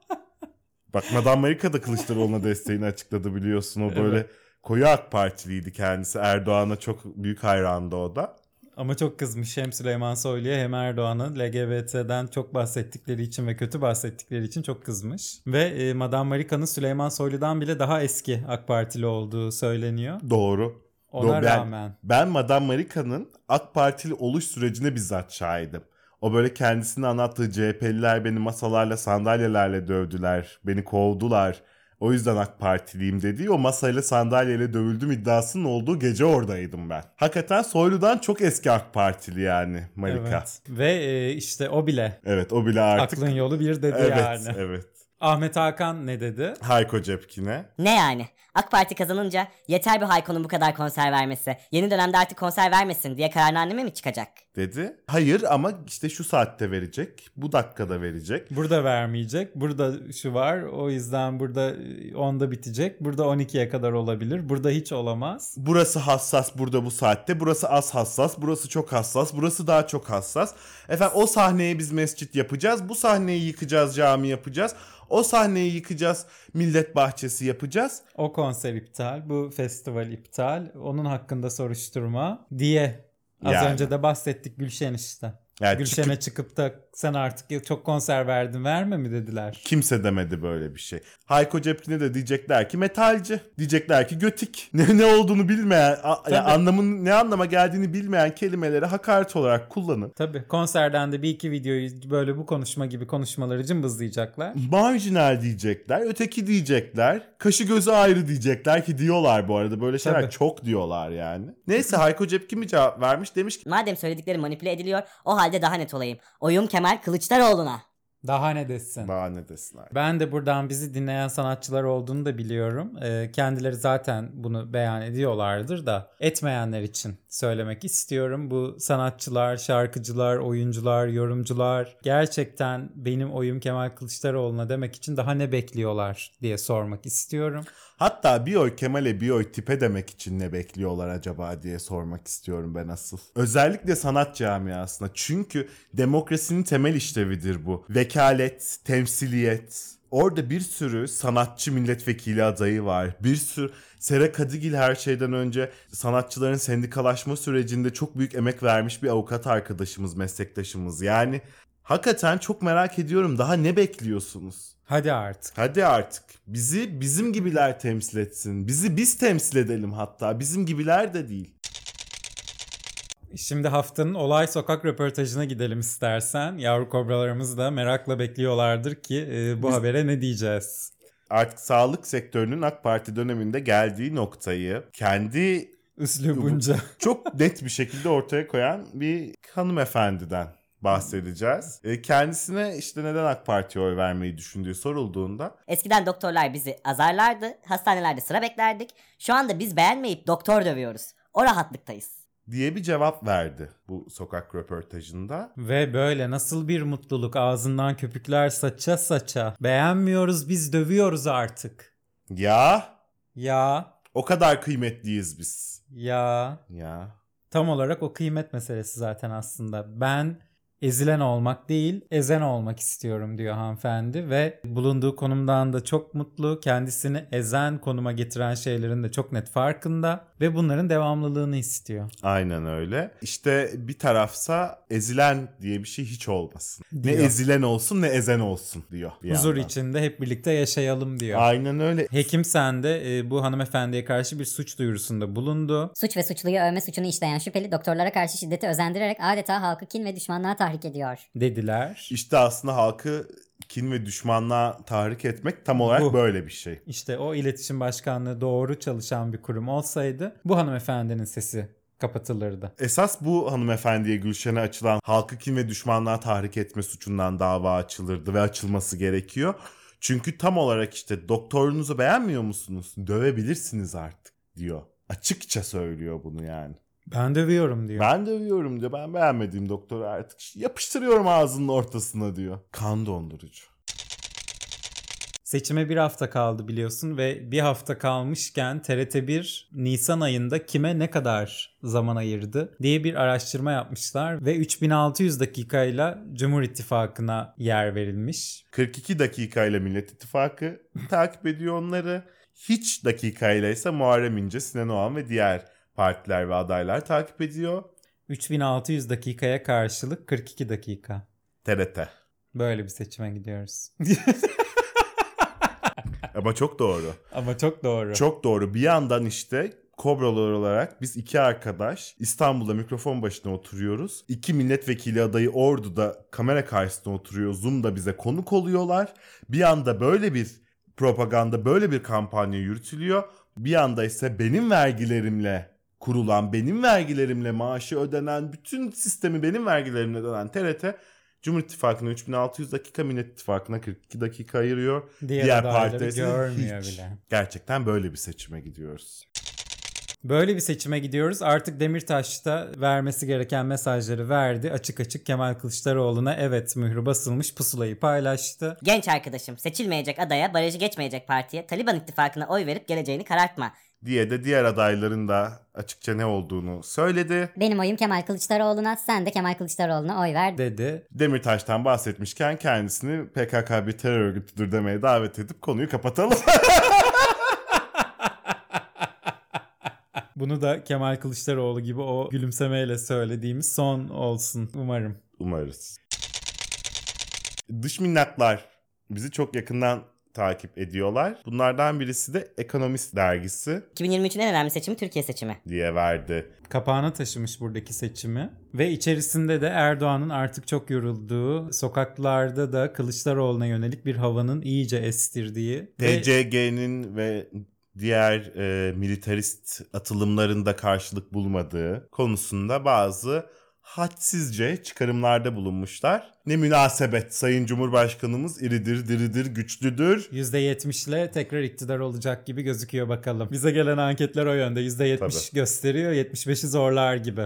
Bak Madame Marika da Kılıçdaroğlu'na desteğini açıkladı biliyorsun. O böyle Evet. koyu AK Partiliydi kendisi. Erdoğan'a çok büyük hayrandı o da. Ama çok kızmış hem Süleyman Soylu'ya hem Erdoğan'a LGBT'den çok bahsettikleri için ve kötü bahsettikleri için çok kızmış. Ve Madame Marika'nın Süleyman Soylu'dan bile daha eski AK Partili olduğu söyleniyor. Doğru. Ona rağmen. Ben Madame Marika'nın AK Partili oluş sürecine bizzat şahidim. O böyle kendisini anlattığı CHP'liler beni masalarla sandalyelerle dövdüler, beni kovdular. O yüzden AK Partiliyim dediği o masayla sandalyeyle dövüldüm iddiasının olduğu gece oradaydım ben. Hakikaten Soylu'dan çok eski AK Partili yani Marika. Evet. Ve işte o bile Evet o bile artık. aklın yolu bir dedi Evet, yani. evet. Ahmet Hakan ne dedi? Hayko Cepkin'e. Ne yani? AK Parti kazanınca yeter bir Hayko'nun bu kadar konser vermesi. Yeni dönemde artık konser vermesin diye kararname mi çıkacak? Dedi. Hayır ama işte şu saatte verecek. Bu dakikada verecek. Burada vermeyecek. Burada şu var. O yüzden burada 10'da bitecek. Burada 12'ye kadar olabilir. Burada hiç olamaz. Burası hassas burada bu saatte. Burası az hassas. Burası çok hassas. Burası daha çok hassas. Efendim o sahneye biz mescit yapacağız. Bu sahneyi yıkacağız, cami yapacağız. O sahneyi yıkacağız, millet bahçesi yapacağız. O konser iptal. Bu festival iptal. Onun hakkında soruşturma diye. Az Yani. önce de bahsettik Gülşen işte. Yani Gülşen'e çıkıp da sen artık çok konser verdin verme mi dediler. Kimse demedi böyle bir şey. Hayko Cepkin'e de diyecekler ki metalci. Diyecekler ki götik. Ne olduğunu bilmeyen, anlamın ne anlama geldiğini bilmeyen kelimeleri hakaret olarak kullanın. Tabii konserden de bir iki videoyu böyle bu konuşma gibi konuşmaları cımbızlayacaklar. Marjinal diyecekler, öteki diyecekler, kaşı gözü ayrı diyecekler ki diyorlar bu arada. Böyle şeyler Tabii. çok diyorlar yani. Neyse Hayko Cepkin mi cevap vermiş? Demiş ki Madem söyledikleri manipüle ediliyor, o halde daha net olayım. Oyum Kemal Kılıçdaroğlu'na. Daha ne desin? daha ne desin abi? Ben de buradan bizi dinleyen sanatçılar olduğunu da biliyorum. Kendileri zaten bunu beyan ediyorlardır da etmeyenler için söylemek istiyorum. Bu sanatçılar, şarkıcılar, oyuncular, yorumcular gerçekten benim oyum Kemal Kılıçdaroğlu'na demek için daha ne bekliyorlar diye sormak istiyorum. Hatta bir oy Kemal'e bir oy tipe demek için ne bekliyorlar acaba diye sormak istiyorum ben asıl. Özellikle sanat camiasına. Çünkü demokrasinin temel işlevidir bu. Vekalet, temsiliyet. Orada bir sürü sanatçı milletvekili adayı var. Bir sürü Sera Kadıgil her şeyden önce sanatçıların sendikalaşma sürecinde çok büyük emek vermiş bir avukat arkadaşımız, meslektaşımız. Yani hakikaten çok merak ediyorum daha ne bekliyorsunuz? Hadi artık. Hadi artık. Bizi bizim gibiler temsil etsin. Bizi biz temsil edelim hatta. Bizim gibiler de değil. Şimdi haftanın olay sokak röportajına gidelim istersen. Yavru kobralarımız da merakla bekliyorlardır ki bu habere ne diyeceğiz? Artık sağlık sektörünün AK Parti döneminde geldiği noktayı kendi Üslubunca. çok net bir şekilde ortaya koyan bir hanımefendiden bahsedeceğiz. Kendisine işte neden AK Parti'ye oy vermeyi düşündüğü sorulduğunda Eskiden doktorlar bizi azarlardı, hastanelerde sıra beklerdik. Şu anda biz beğenmeyip doktor dövüyoruz. O rahatlıktayız. diye bir cevap verdi bu sokak röportajında. Ve böyle nasıl bir mutluluk, ağzından köpükler saça saça. Beğenmiyoruz, biz dövüyoruz artık. Ya o kadar kıymetliyiz biz. Ya tam olarak o kıymet meselesi zaten aslında. Ben ezilen olmak değil, ezen olmak istiyorum diyor hanımefendi ve bulunduğu konumdan da çok mutlu. Kendisini ezen konuma getiren şeylerin de çok net farkında ve bunların devamlılığını istiyor. Aynen öyle. İşte bir tarafsa ezilen diye bir şey hiç olmasın. Diyor. Ne ezilen olsun ne ezen olsun diyor. bir Huzur yandan. içinde hep birlikte yaşayalım diyor. Aynen öyle. Hekim Sen de bu hanımefendiye karşı bir suç duyurusunda bulundu. Suç ve suçluyu övme suçunu işleyen şüpheli doktorlara karşı şiddeti özendirerek adeta halkı kin ve düşmanlığa tahrik ediyor. Dediler. İşte aslında halkı kin ve düşmanlığa tahrik etmek tam olarak Bu. böyle bir şey. İşte o iletişim başkanlığı doğru çalışan bir kurum olsaydı bu hanımefendinin sesi kapatılırdı. Esas bu hanımefendiye Gülşen'e açılan halkı kin ve düşmanlığa tahrik etme suçundan dava açılırdı ve açılması gerekiyor. Çünkü tam olarak işte doktorunuzu beğenmiyor musunuz? Dövebilirsiniz artık diyor. Açıkça söylüyor bunu yani. Ben dövüyorum diyor. Ben dövüyorum diyor. Ben beğenmediğim doktoru artık yapıştırıyorum ağzının ortasına diyor. Kan dondurucu. Seçime bir hafta kaldı biliyorsun ve bir hafta kalmışken TRT1 Nisan ayında kime ne kadar zaman ayırdı diye bir araştırma yapmışlar ve 3600 dakikayla Cumhur İttifakı'na yer verilmiş. 42 dakikayla Millet İttifakı takip ediyor onları. Hiç dakikayla ise Muharrem İnce, Sinan Oğan ve diğer partiler ve adaylar takip ediyor. 3600 dakikaya karşılık 42 dakika. TRT. Böyle bir seçime gidiyoruz. Ama çok doğru. Ama çok doğru. Çok doğru. Bir yandan işte Kobralar olarak biz iki arkadaş İstanbul'da mikrofon başına oturuyoruz. İki milletvekili adayı Ordu'da kamera karşısında oturuyor. Zoom'da bize konuk oluyorlar. Bir anda böyle bir propaganda, böyle bir kampanya yürütülüyor. Bir yanda ise benim vergilerimle kurulan, benim vergilerimle maaşı ödenen, bütün sistemi benim vergilerimle ödenen TRT Cumhur İttifakı'na 3600 dakika, Millet İttifakı'na 42 dakika ayırıyor. Diğer partiler ise görmüyor hiç. bile. Gerçekten böyle bir seçime gidiyoruz. Böyle bir seçime gidiyoruz. Artık Demirtaş da vermesi gereken mesajları verdi. Açık açık Kemal Kılıçdaroğlu'na evet mührü basılmış pusulayı paylaştı. Genç arkadaşım, seçilmeyecek adaya, barajı geçmeyecek partiye, Taliban ittifakına oy verip geleceğini karartma. Diye de diğer adayların da açıkça ne olduğunu söyledi. Benim oyum Kemal Kılıçdaroğlu'na, sen de Kemal Kılıçdaroğlu'na oy ver. Dedi. Demirtaş'tan bahsetmişken kendisini PKK bir terör örgütüdür demeye davet edip konuyu kapatalım. Bunu da Kemal Kılıçdaroğlu gibi o gülümsemeyle söylediğimiz son olsun umarım. Umarız. Dış minnaklar bizi çok yakından takip ediyorlar. Bunlardan birisi de Ekonomist dergisi 2023'ün en önemli seçimi Türkiye seçimi. diye verdi. Kapağına taşımış buradaki seçimi ve içerisinde de Erdoğan'ın artık çok yorulduğu, sokaklarda da Kılıçdaroğlu'na yönelik bir havanın iyice estirdiği TCG'nin ve diğer militarist atılımlarında karşılık bulmadığı konusunda bazı hadsizce çıkarımlarda bulunmuşlar. Ne münasebet, Sayın Cumhurbaşkanımız iridir, diridir, güçlüdür. %70'le tekrar iktidar olacak gibi gözüküyor bakalım. Bize gelen anketler o yönde. %70 Tabii. gösteriyor, 75'i zorlar gibi.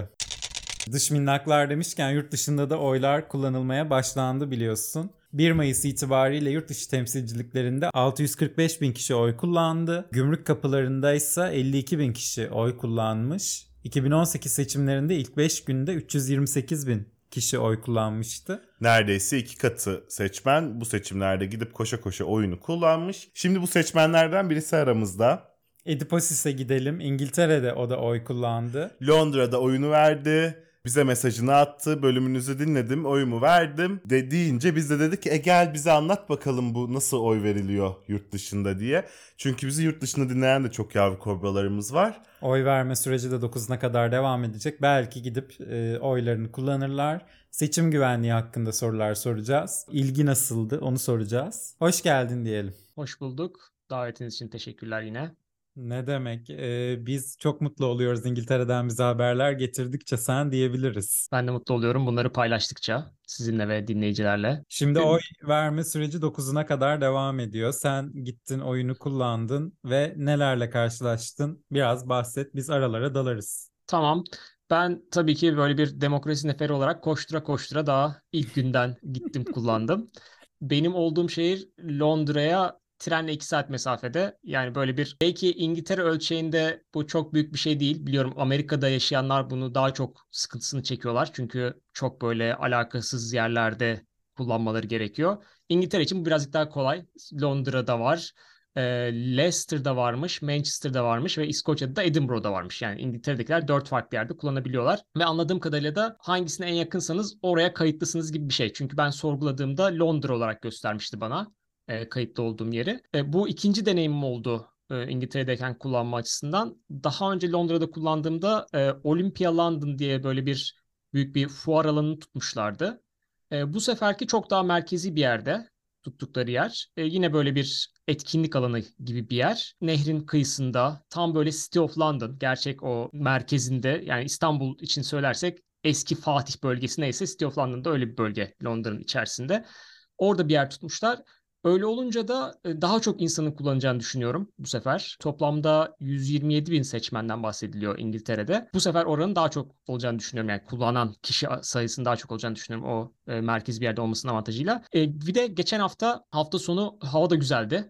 Dış minnaklar demişken yurt dışında da oylar kullanılmaya başlandı biliyorsun. 1 Mayıs itibariyle yurt dışı temsilciliklerinde 645 bin kişi oy kullandı. Gümrük kapılarında ise 52 bin kişi oy kullanmış. 2018 seçimlerinde ilk 5 günde 328 bin kişi oy kullanmıştı. Neredeyse 2 katı seçmen bu seçimlerde gidip koşa koşa oyunu kullanmış. Şimdi bu seçmenlerden birisi aramızda. Ediposis'e gidelim. İngiltere'de o da oy kullandı. Londra'da oyunu verdi. Bize mesajını attı. Bölümünüzü dinledim. Oyumu verdim. Deyince biz de dedik ki gel bize anlat bakalım bu nasıl oy veriliyor yurt dışında diye. Çünkü bizi yurt dışında dinleyen de çok yavru kobralarımız var. Oy verme süreci de 9'una kadar devam edecek. Belki gidip oylarını kullanırlar. Seçim güvenliği hakkında sorular soracağız. İlgi nasıldı onu soracağız. Hoş geldin diyelim. Hoş bulduk. Davetiniz için teşekkürler yine. Ne demek? Biz çok mutlu oluyoruz İngiltere'den bize haberler getirdikçe sen diyebiliriz. Ben de mutlu oluyorum bunları paylaştıkça sizinle ve dinleyicilerle. Şimdi oy verme süreci 9'una kadar devam ediyor. Sen gittin oyunu kullandın ve nelerle karşılaştın? Biraz bahset, biz aralara dalarız. Tamam. Ben tabii ki böyle bir demokrasi neferi olarak koştura koştura daha ilk günden gittim kullandım. Benim olduğum şehir Londra'ya trenle 2 saat mesafede. Yani böyle bir belki İngiltere ölçeğinde bu çok büyük bir şey değil. Biliyorum Amerika'da yaşayanlar bunu daha çok sıkıntısını çekiyorlar. Çünkü çok böyle alakasız yerlerde kullanmaları gerekiyor. İngiltere için bu birazcık daha kolay. Londra'da var. Leicester'da varmış, Manchester'da varmış ve İskoçya'da da Edinburgh'da varmış. Yani İngiltere'dekiler 4 farklı yerde kullanabiliyorlar. Ve anladığım kadarıyla da hangisine en yakınsanız oraya kayıtlısınız gibi bir şey. Çünkü ben sorguladığımda Londra olarak göstermişti bana kayıtlı olduğum yeri. Bu ikinci deneyimim oldu İngiltere'deyken kullanma açısından. Daha önce Londra'da kullandığımda Olympia London diye böyle bir büyük bir fuar alanını tutmuşlardı. Bu seferki çok daha merkezi bir yerde tuttukları yer. Yine böyle bir etkinlik alanı gibi bir yer. Nehrin kıyısında tam böyle City of London, gerçek o merkezinde, yani İstanbul için söylersek eski Fatih bölgesi neyse City of London'da öyle bir bölge Londra'nın içerisinde. Orada bir yer tutmuşlar. Öyle olunca da daha çok insanın kullanacağını düşünüyorum bu sefer. Toplamda 127 bin seçmenden bahsediliyor İngiltere'de. Bu sefer oranın daha çok olacağını düşünüyorum. Yani kullanan kişi sayısının daha çok olacağını düşünüyorum o merkez bir yerde olmasının avantajıyla. Bir de geçen hafta sonu hava da güzeldi.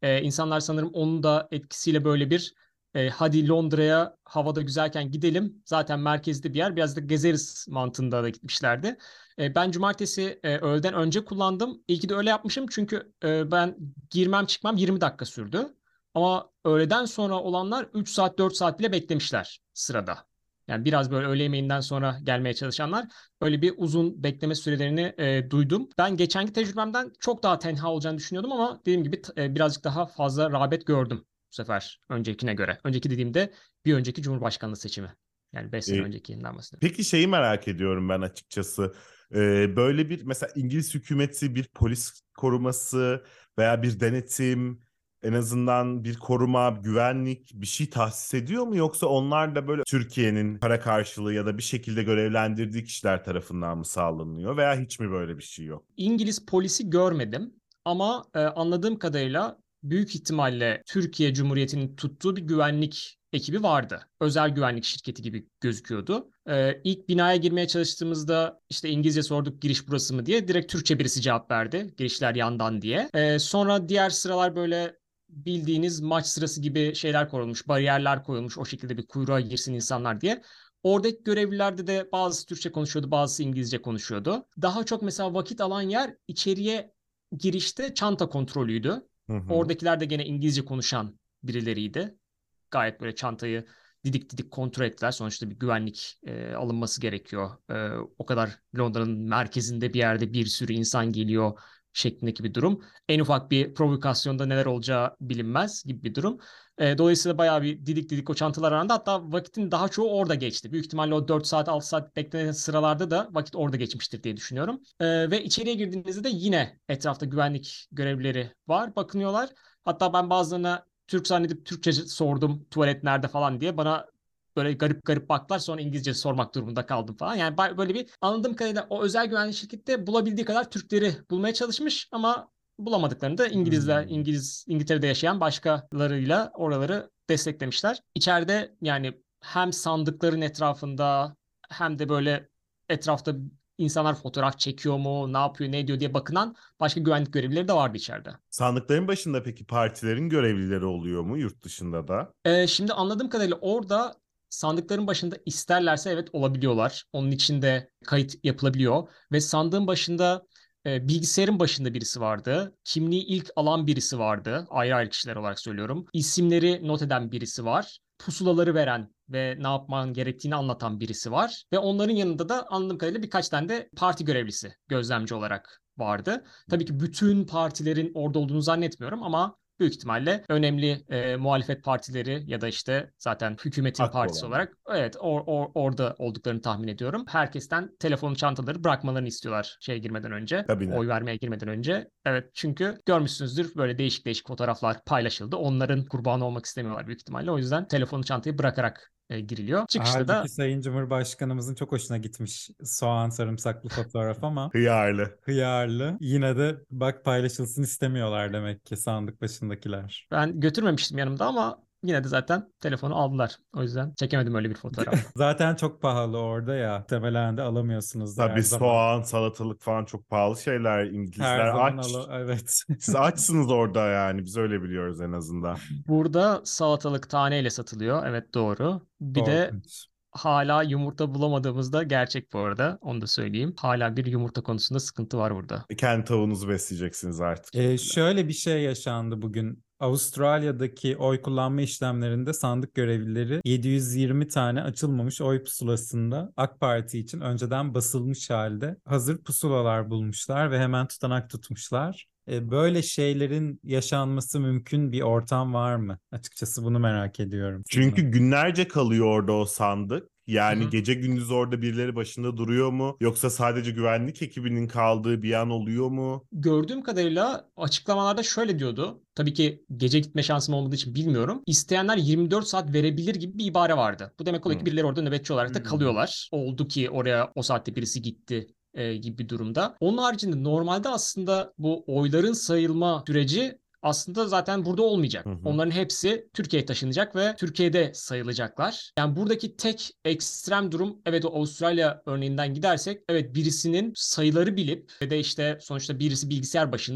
İnsanlar sanırım onun da etkisiyle böyle bir hadi Londra'ya havada güzelken gidelim. Zaten merkezde bir yer. Biraz da gezeriz mantığında da gitmişlerdi. Ben cumartesi öğleden önce kullandım. İyi ki de öyle yapmışım çünkü ben girmem çıkmam 20 dakika sürdü. Ama öğleden sonra olanlar 3 saat 4 saat bile beklemişler sırada. Yani biraz böyle öğle yemeğinden sonra gelmeye çalışanlar öyle bir uzun bekleme sürelerini duydum. Ben geçenki tecrübemden çok daha tenha olacağını düşünüyordum ama dediğim gibi birazcık daha fazla rağbet gördüm bu sefer öncekine göre. Önceki dediğimde bir önceki Cumhurbaşkanlığı seçimi. Yani 5 sene E, öncekinden bahsediyorum. Peki şeyi merak ediyorum ben açıkçası. Böyle bir mesela İngiliz hükümeti bir polis koruması veya bir denetim, en azından bir koruma, güvenlik bir şey tahsis ediyor mu? Yoksa onlar da böyle Türkiye'nin para karşılığı ya da bir şekilde görevlendirdiği kişiler tarafından mı sağlanıyor veya hiç mi böyle bir şey yok? İngiliz polisi görmedim ama anladığım kadarıyla büyük ihtimalle Türkiye Cumhuriyeti'nin tuttuğu bir güvenlik ekibi vardı. Özel güvenlik şirketi gibi gözüküyordu. İlk binaya girmeye çalıştığımızda işte İngilizce sorduk giriş burası mı diye. Direkt Türkçe birisi cevap verdi. Girişler yandan diye. Sonra diğer sıralar böyle bildiğiniz maç sırası gibi şeyler koyulmuş. Bariyerler koyulmuş. O şekilde bir kuyruğa girsin insanlar diye. Oradaki görevlilerde de bazısı Türkçe konuşuyordu, bazısı İngilizce konuşuyordu. Daha çok mesela vakit alan yer içeriye girişte çanta kontrolüydü. Hı hı. Oradakiler de gene İngilizce konuşan birileriydi. Gayet böyle çantayı didik didik kontrol ettiler. Sonuçta bir güvenlik alınması gerekiyor. O kadar Londra'nın merkezinde bir yerde bir sürü insan geliyor şeklindeki bir durum. En ufak bir provokasyonda neler olacağı bilinmez gibi bir durum. Dolayısıyla bayağı bir didik didik o çantalar arasında. Hatta vakitin daha çoğu orada geçti. Büyük ihtimalle o 4 saat 6 saat beklenen sıralarda da vakit orada geçmiştir diye düşünüyorum. Ve içeriye girdiğinizde de yine etrafta güvenlik görevlileri var. Bakınıyorlar. Hatta ben bazılarına Türk zannedip Türkçe sordum tuvalet nerede falan diye. Bana böyle garip garip baktılar, sonra İngilizce sormak durumunda kaldım falan. Yani böyle bir anladığım kadarıyla o özel güvenlik şirkette bulabildiği kadar Türkleri bulmaya çalışmış ama bulamadıklarını da İngiltere'de yaşayan başkalarıyla oraları desteklemişler. İçeride yani hem sandıkların etrafında hem de böyle etrafta insanlar fotoğraf çekiyor mu, ne yapıyor, ne ediyor diye bakınan başka güvenlik görevlileri de vardı içeride. Sandıkların başında peki partilerin görevlileri oluyor mu yurt dışında da? Şimdi anladığım kadarıyla orada sandıkların başında isterlerse evet olabiliyorlar. Onun için de kayıt yapılabiliyor. Ve sandığın başında bilgisayarın başında birisi vardı. Kimliği ilk alan birisi vardı. Ayrı ayrı kişiler olarak söylüyorum. İsimleri not eden birisi var. Pusulaları veren ve ne yapman gerektiğini anlatan birisi var. Ve onların yanında da anladığım kadarıyla birkaç tane de parti görevlisi gözlemci olarak vardı. Tabii ki bütün partilerin orada olduğunu zannetmiyorum ama büyük ihtimalle önemli muhalefet partileri ya da işte zaten hükümetin Hakkı partisi olanlar. olarak evet orada olduklarını tahmin ediyorum. Herkesten telefon çantaları bırakmalarını istiyorlar şeye girmeden önce. Kabine. Oy vermeye girmeden önce. Evet, çünkü görmüşsünüzdür böyle değişik değişik fotoğraflar paylaşıldı. Onların kurbanı olmak istemiyorlar büyük ihtimalle. O yüzden telefonu çantayı bırakarak giriliyor. Çıkışta da Halbuki Sayın Cumhurbaşkanımızın çok hoşuna gitmiş soğan sarımsaklı fotoğraf ama Hıyarlı. hıyarlı. Yine de bak paylaşılsın istemiyorlar demek ki sandık başındakiler. ben götürmemiştim yanımda ama yine de zaten telefonu aldılar. O yüzden çekemedim öyle bir fotoğraf. Zaten çok pahalı orada ya. Muhtemelen de alamıyorsunuzdur her Tabii zaman. soğan, salatalık falan çok pahalı şeyler. Her İngilizler zaman aç. evet. Siz açsınız orada yani. Biz öyle biliyoruz en azından. Burada salatalık taneyle satılıyor. Evet, doğru. Bir de Korkunç. hala yumurta bulamadığımız da gerçek bu arada. Onu da söyleyeyim. Hala bir yumurta konusunda sıkıntı var burada. Kendi tavuğunuzu besleyeceksiniz artık. Şöyle bir şey yaşandı bugün. Avustralya'daki oy kullanma işlemlerinde sandık görevlileri 720 tane açılmamış oy pusulasında AK Parti için önceden basılmış halde hazır pusulalar bulmuşlar ve hemen tutanak tutmuşlar. Böyle şeylerin yaşanması mümkün bir ortam var mı? Açıkçası bunu merak ediyorum Çünkü sizden. günlerce kalıyor orada o sandık. Hı Yani hı. gece gündüz orada birileri başında duruyor mu? Yoksa sadece güvenlik ekibinin kaldığı bir an oluyor mu? Gördüğüm kadarıyla açıklamalarda şöyle diyordu. Tabii ki gece gitme şansım olmadığı için bilmiyorum. İsteyenler 24 saat verebilir gibi bir ibare vardı. Bu demek oluyor ki Hmm. birileri orada nöbetçi olarak da Hmm. kalıyorlar. Oldu ki oraya o saatte birisi gitti gibi bir durumda. Onun haricinde normalde aslında bu oyların sayılma süreci aslında zaten burada olmayacak. Hı hı. Onların hepsi Türkiye'ye taşınacak ve Türkiye'de sayılacaklar. Yani buradaki tek ekstrem durum, evet, o Avustralya örneğinden gidersek evet birisinin sayıları bilip ve de işte sonuçta birisi bilgisayar başında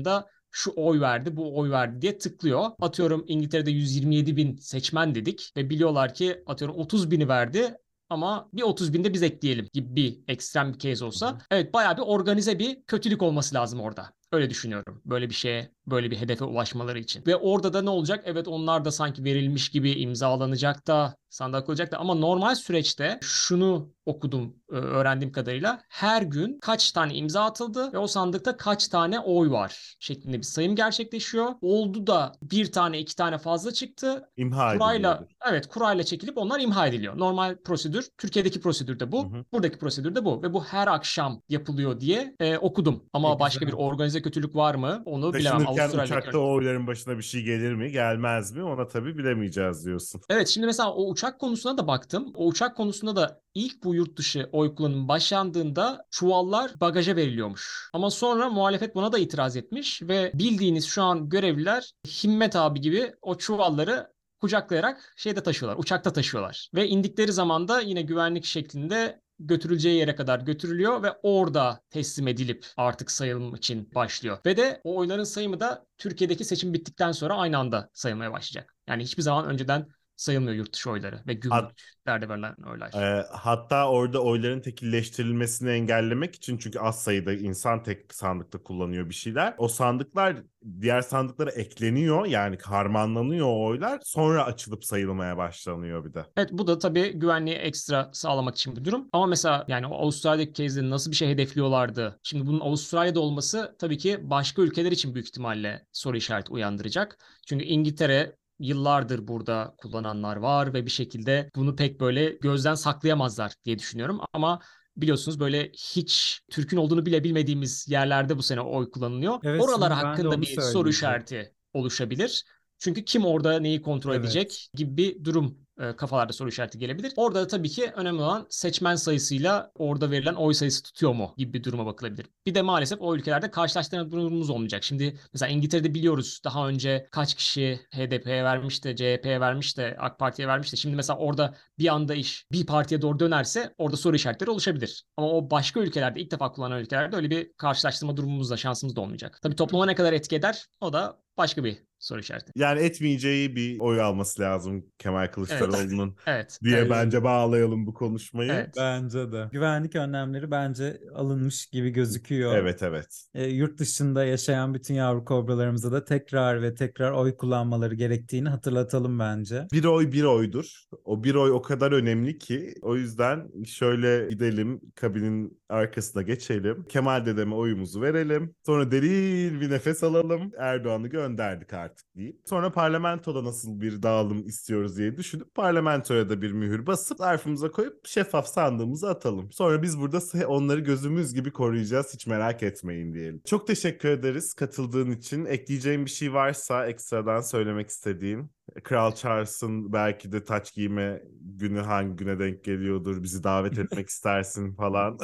şu oy verdi, bu oy verdi diye tıklıyor. Atıyorum İngiltere'de 127 bin seçmen dedik ve biliyorlar ki atıyorum 30 bini verdi ama bir 30 binde biz ekleyelim gibi bir ekstrem bir case olsa. Evet, bayağı bir organize bir kötülük olması lazım orada. Öyle düşünüyorum. Böyle bir şeye, böyle bir hedefe ulaşmaları için. Ve orada da ne olacak? Evet, onlar da sanki verilmiş gibi imzalanacak da sandığa koyacak da ama normal süreçte şunu okudum, öğrendiğim kadarıyla her gün kaç tane imza atıldı ve o sandıkta kaç tane oy var şeklinde bir sayım gerçekleşiyor. Oldu da bir tane iki tane fazla çıktı. İmha Kurayla, ediliyordur. evet, kurayla çekilip onlar imha ediliyor. Normal prosedür, Türkiye'deki prosedür de bu. Hı hı. Buradaki prosedür de bu ve bu her akşam yapılıyor diye okudum. Ama başka bir güzel. organize kötülük var mı? Onu bilemem. Taşınırken Avustralya'daki uçakta örnek. o oyların başına bir şey gelir mi, gelmez mi? Ona tabii bilemeyeceğiz diyorsun. Evet, şimdi mesela o uçak konusuna da baktım. O uçak konusunda da ilk bu yurt dışı oy kullanımı başlandığında çuvallar bagaja veriliyormuş. Ama sonra muhalefet buna da itiraz etmiş ve bildiğiniz şu an görevliler Himmet abi gibi o çuvalları kucaklayarak şeyde taşıyorlar, uçakta taşıyorlar. Ve indikleri zaman da yine güvenlik şeklinde götürüleceği yere kadar götürülüyor ve orada teslim edilip artık sayılım için başlıyor. Ve de o oyların sayımı da Türkiye'deki seçim bittikten sonra aynı anda sayılmaya başlayacak. Yani hiçbir zaman önceden sayılmıyor yurt dışı oyları ve gümrüklerde verilen oylar. Hatta orada oyların tekilleştirilmesini engellemek için, çünkü az sayıda insan tek sandıkta kullanıyor bir şeyler. O sandıklar diğer sandıklara ekleniyor, yani harmanlanıyor o oylar, sonra açılıp sayılmaya başlanıyor bir de. Evet, bu da tabii güvenliği ekstra sağlamak için bir durum. Ama mesela yani o Avustralya'daki case'de nasıl bir şey hedefliyorlardı? Şimdi bunun Avustralya'da olması tabii ki başka ülkeler için büyük ihtimalle soru işareti uyandıracak. Çünkü İngiltere yıllardır burada kullananlar var ve bir şekilde bunu pek böyle gözden saklayamazlar diye düşünüyorum. Ama biliyorsunuz böyle hiç Türk'ün olduğunu bile bilmediğimiz yerlerde bu sene oy kullanılıyor. Evet, Oralar şimdi ben de hakkında onu bir soru söyleyeceğim. işareti oluşabilir. Çünkü kim orada neyi kontrol Evet. edecek gibi bir durum kafalarda soru işareti gelebilir. Orada da tabii ki önemli olan seçmen sayısıyla orada verilen oy sayısı tutuyor mu gibi bir duruma bakılabilir. Bir de maalesef o ülkelerde karşılaştırma durumumuz olmayacak. Şimdi mesela İngiltere'de biliyoruz daha önce kaç kişi HDP'ye vermiş de, CHP'ye vermiş de, AK Parti'ye vermiş de. Şimdi mesela orada bir anda iş bir partiye doğru dönerse orada soru işaretleri oluşabilir. Ama o başka ülkelerde, ilk defa kullanan ülkelerde öyle bir karşılaştırma durumumuz da, şansımız da olmayacak. Tabii topluma ne kadar etki eder o da başka bir soru işareti. Yani etmeyeceği bir oy alması lazım Kemal Kılıçdaroğlu'nun Evet. diye Evet. bence bağlayalım bu konuşmayı. Evet. Bence de. Güvenlik önlemleri bence alınmış gibi gözüküyor. Evet. Yurt dışında yaşayan bütün yavru kobralarımıza da tekrar ve tekrar oy kullanmaları gerektiğini hatırlatalım bence. Bir oy bir oydur. O bir oy o kadar önemli ki, o yüzden şöyle gidelim, kabinin arkasına geçelim. Kemal dedeme oyumuzu verelim. Sonra derin bir nefes alalım. Erdoğan'ı gönderdik artık deyip. Sonra parlamentoda nasıl bir dağılım istiyoruz diye düşünüp parlamentoya da bir mühür basıp zarfımıza koyup şeffaf sandığımıza atalım. Sonra biz burada onları gözümüz gibi koruyacağız, hiç merak etmeyin diyelim. Çok teşekkür ederiz katıldığın için. Ekleyeceğim bir şey varsa ekstradan söylemek istediğin. Kral Charles'ın belki de taç giyme günü hangi güne denk geliyordur, bizi davet etmek istersin falan.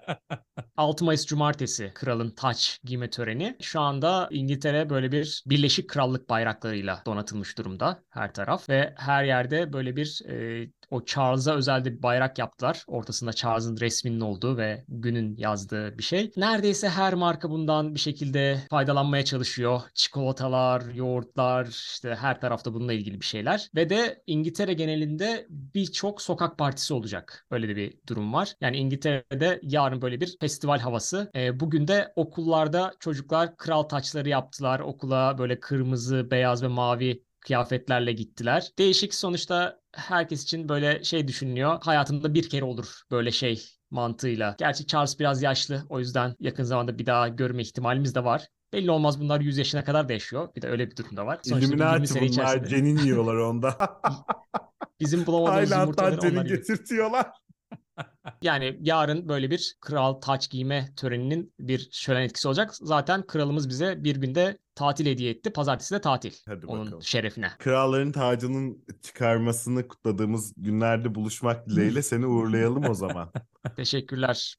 6 Mayıs Cumartesi kralın taç giyme töreni. Şu anda İngiltere böyle bir Birleşik Krallık bayraklarıyla donatılmış durumda her taraf ve her yerde böyle bir o Charles'a özel de bir bayrak yaptılar. Ortasında Charles'ın resminin olduğu ve günün yazdığı bir şey. Neredeyse her marka bundan bir şekilde faydalanmaya çalışıyor. Çikolatalar, yoğurtlar, işte her tarafta bununla ilgili bir şeyler. Ve de İngiltere genelinde birçok sokak partisi olacak. Öyle de bir durum var. Yani İngiltere'de yarın böyle bir festival havası. Bugün de okullarda çocuklar kral taçları yaptılar. Okula böyle kırmızı, beyaz ve mavi kıyafetlerle gittiler. Değişik, sonuçta herkes için böyle şey düşünülüyor. Hayatında bir kere olur böyle şey mantığıyla. Gerçi Charles biraz yaşlı, o yüzden yakın zamanda bir daha görme ihtimalimiz de var. Belli olmaz, bunlar 100 yaşına kadar da yaşıyor. Bir de öyle bir durum da var. Sonuçta bir 20 Illuminati sene bunlar, içerisinde cenin yiyorlar onda. bizim bulamadığımız yumurtaları Tayland'dan cenin onlar yiyor. getirtiyorlar. Yani yarın böyle bir kral taç giyme töreninin bir şölen etkisi olacak. Zaten kralımız bize bir günde tatil hediye etti. Pazartesi de tatil. Hadi Onun bakalım. şerefine. Kralların tacının çıkarmasını kutladığımız günlerde buluşmak dileğiyle seni uğurlayalım o zaman. Teşekkürler.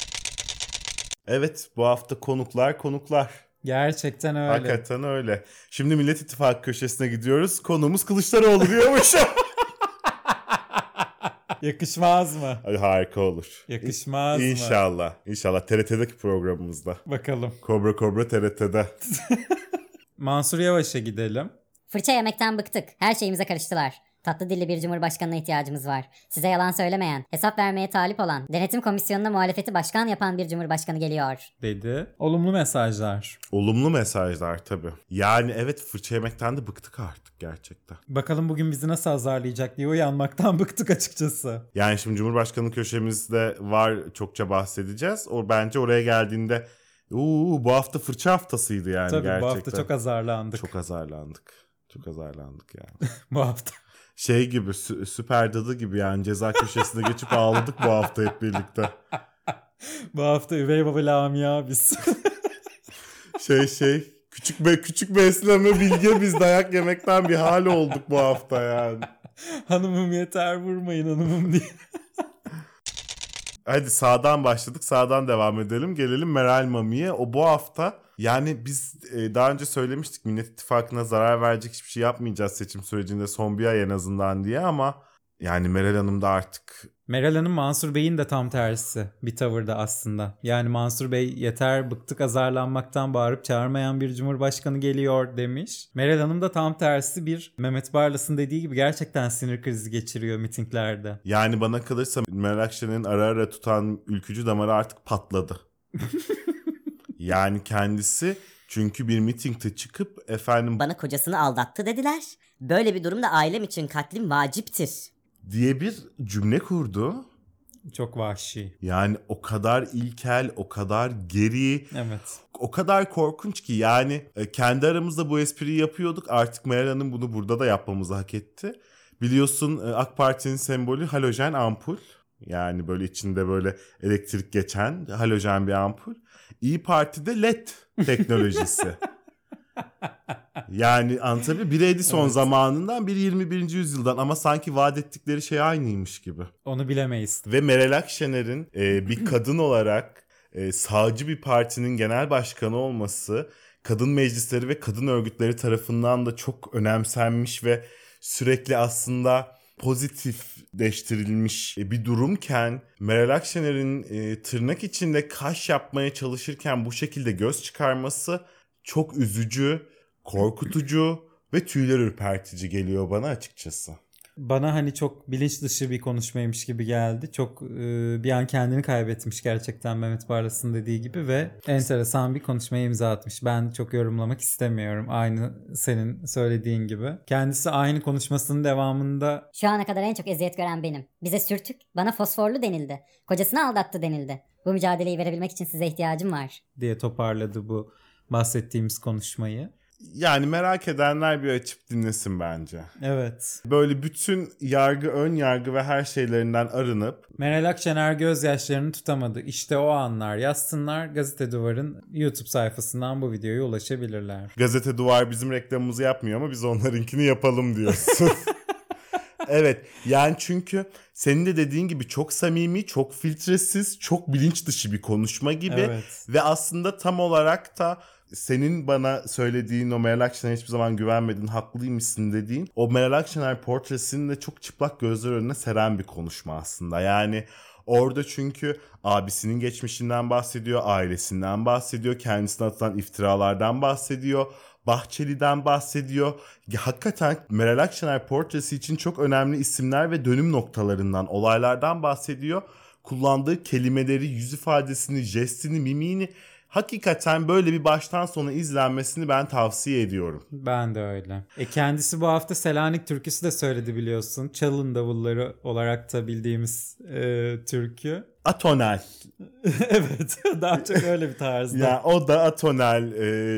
Evet, bu hafta konuklar. Gerçekten öyle. Hakikaten öyle. Şimdi Millet İttifakı köşesine gidiyoruz. Konuğumuz Kılıçdaroğlu diyormuş. Yakışmaz mı? Ay, harika olur. Yakışmaz mı? İnşallah. İnşallah TRT'deki programımızda. Bakalım. Kobra TRT'de. Mansur Yavaş'a gidelim. Fırça yemekten bıktık. Her şeyimize karıştılar. Tatlı dilli bir cumhurbaşkanına ihtiyacımız var. Size yalan söylemeyen, hesap vermeye talip olan, denetim komisyonuna muhalefeti başkan yapan bir cumhurbaşkanı geliyor. Dedi. Olumlu mesajlar. Olumlu mesajlar tabii. Yani evet, fırça yemekten de bıktık artık gerçekten. Bakalım bugün bizi nasıl azarlayacak diye uyanmaktan bıktık açıkçası. Yani şimdi Cumhurbaşkanı köşemizde var, çokça bahsedeceğiz. O bence oraya geldiğinde bu hafta fırça haftasıydı yani Tabii gerçekten. bu hafta çok azarlandık. Çok azarlandık. Çok azarlandık yani. Bu hafta. Şey gibi, süper dadı gibi yani, ceza köşesine geçip ağladık bu hafta hep birlikte. Bu hafta üvey baba Lamia biz. Küçük besleme Bilge, biz dayak yemekten bir hal olduk bu hafta yani. Hanımım yeter vurmayın hanımım diye. Hadi sağdan başladık, sağdan devam edelim. Gelelim Meral Mami'ye. O bu hafta, yani biz daha önce söylemiştik Millet İttifakı'na zarar verecek hiçbir şey yapmayacağız seçim sürecinde, son bir ay en azından diye, ama yani Meral Hanım da artık... Meral Hanım Mansur Bey'in de tam tersi bir tavırda aslında. Yani Mansur Bey yeter bıktık azarlanmaktan bağırıp çağırmayan bir cumhurbaşkanı geliyor demiş. Meral Hanım da tam tersi bir Mehmet Barlas'ın dediği gibi gerçekten sinir krizi geçiriyor mitinglerde. Yani bana kalırsa Meral Akşener'in ara ara tutan ülkücü damarı artık patladı. Yani kendisi çünkü bir mitingde çıkıp efendim... Bana kocasını aldattı dediler. Böyle bir durumda ailem için katlim vaciptir diye bir cümle kurdu. Çok vahşi. Yani o kadar ilkel, o kadar geri, evet, o kadar korkunç ki yani kendi aramızda bu espriyi yapıyorduk. Artık Meral Hanım bunu burada da yapmamızı hak etti. Biliyorsun AK Parti'nin sembolü halojen ampul. Yani böyle içinde böyle elektrik geçen halojen bir ampul. İyi Parti'de LED teknolojisi. Yani anlatabiliyor. Biri Edison evet. Zamanından, biri 21. yüzyıldan, ama sanki vaat ettikleri şey aynıymış gibi. Onu bilemeyiz. Ve Meral Akşener'in bir kadın olarak sağcı bir partinin genel başkanı olması, kadın meclisleri ve kadın örgütleri tarafından da çok önemsenmiş ve sürekli aslında pozitifleştirilmiş bir durumken, Meral Akşener'in tırnak içinde kaş yapmaya çalışırken bu şekilde göz çıkarması çok üzücü, korkutucu ve tüyler ürpertici geliyor bana açıkçası. Bana hani çok bilinç dışı bir konuşmaymış gibi geldi. Çok bir an kendini kaybetmiş gerçekten Mehmet Barlas'ın dediği gibi ve enteresan bir konuşmaya imza atmış. Ben çok yorumlamak istemiyorum, aynı senin söylediğin gibi. Kendisi aynı konuşmasının devamında... Şu ana kadar en çok eziyet gören benim. Bize sürtük, bana fosforlu denildi. Kocasını aldattı denildi. Bu mücadeleyi verebilmek için size ihtiyacım var diye toparladı bu bahsettiğimiz konuşmayı. Yani merak edenler bir açıp dinlesin bence. Evet. Böyle bütün yargı, ön yargı ve her şeylerinden arınıp... Meral Akşener gözyaşlarını tutamadı. İşte o anlar yazsınlar. Gazete Duvar'ın YouTube sayfasından bu videoya ulaşabilirler. Gazete Duvar bizim reklamımızı yapmıyor ama biz onlarınkini yapalım diyorsun. Evet, yani çünkü senin de dediğin gibi çok samimi, çok filtresiz, çok bilinç dışı bir konuşma gibi. Evet. Ve aslında tam olarak da senin bana söylediğin o Meral Akşener'e hiçbir zaman güvenmedin, haklıymışsın dediğin o Meral Akşener portresini de çok çıplak gözler önüne seren bir konuşma aslında. Yani orada çünkü abisinin geçmişinden bahsediyor, ailesinden bahsediyor, kendisine atılan iftiralardan bahsediyor, Bahçeli'den bahsediyor. Hakikaten Meral Akşener portresi için çok önemli isimler ve dönüm noktalarından, olaylardan bahsediyor. Kullandığı kelimeleri, yüz ifadesini, jestini, mimiğini, hakikaten böyle bir baştan sona izlenmesini ben tavsiye ediyorum. Ben de öyle. Kendisi bu hafta Selanik türküsü de söyledi biliyorsun. Çalın davulları olarak da bildiğimiz türkü. Atonel. Evet, daha çok öyle bir tarzda. Yani o da atonel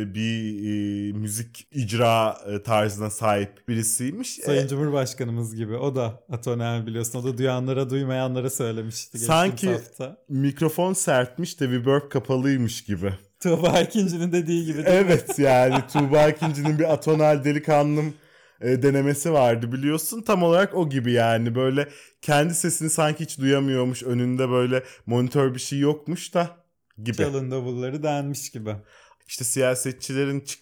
bir müzik icra tarzına sahip birisiymiş. Sayın Cumhurbaşkanımız gibi. O da atonel biliyorsun. O da duyanlara duymayanlara söylemişti. Sanki hafta mikrofon sertmiş de reverb kapalıymış gibi. Tuğba Erkinci'nin dediği gibi değil evet mi? Yani Tuğba Erkinci'nin bir atonel delikanlım denemesi vardı biliyorsun. Tam olarak o gibi yani, böyle kendi sesini sanki hiç duyamıyormuş, önünde böyle monitör bir şey yokmuş da gibi. Çalın davulları denmiş gibi. İşte siyasetçilerin çıkıp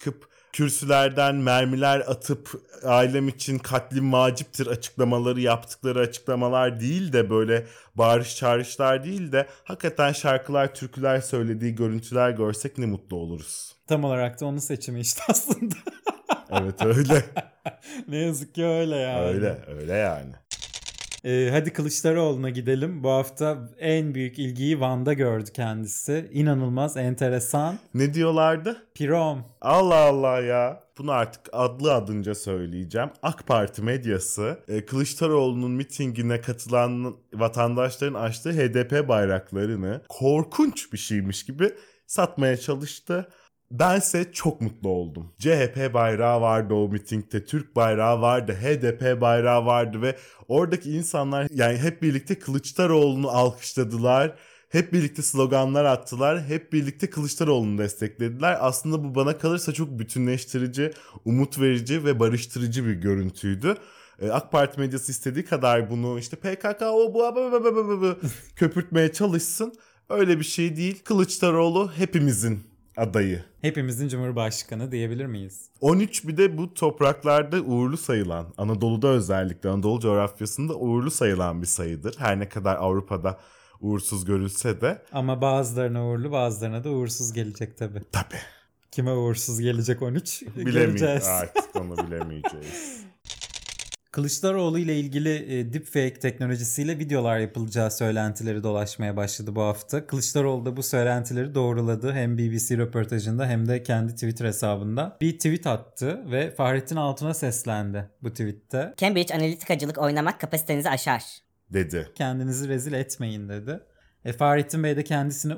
kürsülerden mermiler atıp ailem için katlim vaciptir açıklamaları yaptıkları açıklamalar değil de böyle bağırış çağrışlar değil de hakikaten şarkılar, türküler söylediği görüntüler görsek ne mutlu oluruz. Tam olarak da onun seçimi işte aslında. Evet öyle. Ne yazık ki öyle yani. Öyle yani. Hadi Kılıçdaroğlu'na gidelim. Bu hafta en büyük ilgiyi Van'da gördü kendisi. İnanılmaz, enteresan. Ne diyorlardı? Pirom. Allah Allah ya. Bunu artık adlı adınca söyleyeceğim. AK Parti medyası Kılıçdaroğlu'nun mitingine katılan vatandaşların açtığı HDP bayraklarını korkunç bir şeymiş gibi satmaya çalıştı. Bense çok mutlu oldum. CHP bayrağı vardı o mitingde, Türk bayrağı vardı, HDP bayrağı vardı ve oradaki insanlar yani hep birlikte Kılıçdaroğlu'nu alkışladılar. Hep birlikte sloganlar attılar. Hep birlikte Kılıçdaroğlu'nu desteklediler. Aslında bu bana kalırsa çok bütünleştirici, umut verici ve barıştırıcı bir görüntüydü. AK Parti medyası istediği kadar bunu işte PKK o bu köpürtmeye çalışsın. Öyle bir şey değil. Kılıçdaroğlu hepimizin adayı. Hepimizin Cumhurbaşkanı diyebilir miyiz? 13 bir de bu topraklarda uğurlu sayılan, Anadolu'da özellikle Anadolu coğrafyasında uğurlu sayılan bir sayıdır. Her ne kadar Avrupa'da uğursuz görülse de. Ama bazılarına uğurlu, bazılarına da uğursuz gelecek tabii. Tabii. Kime uğursuz gelecek 13? Bilemeyeceğiz. Artık onu bilemeyeceğiz. Kılıçdaroğlu ile ilgili deepfake teknolojisiyle videolar yapılacağı söylentileri dolaşmaya başladı bu hafta. Kılıçdaroğlu da bu söylentileri doğruladı. Hem BBC röportajında hem de kendi Twitter hesabında bir tweet attı ve Fahrettin Altun'a seslendi bu tweette. Cambridge Analytica'cılık oynamak kapasitenizi aşar Dedi. Kendinizi rezil etmeyin dedi. Fahrettin Bey de kendisine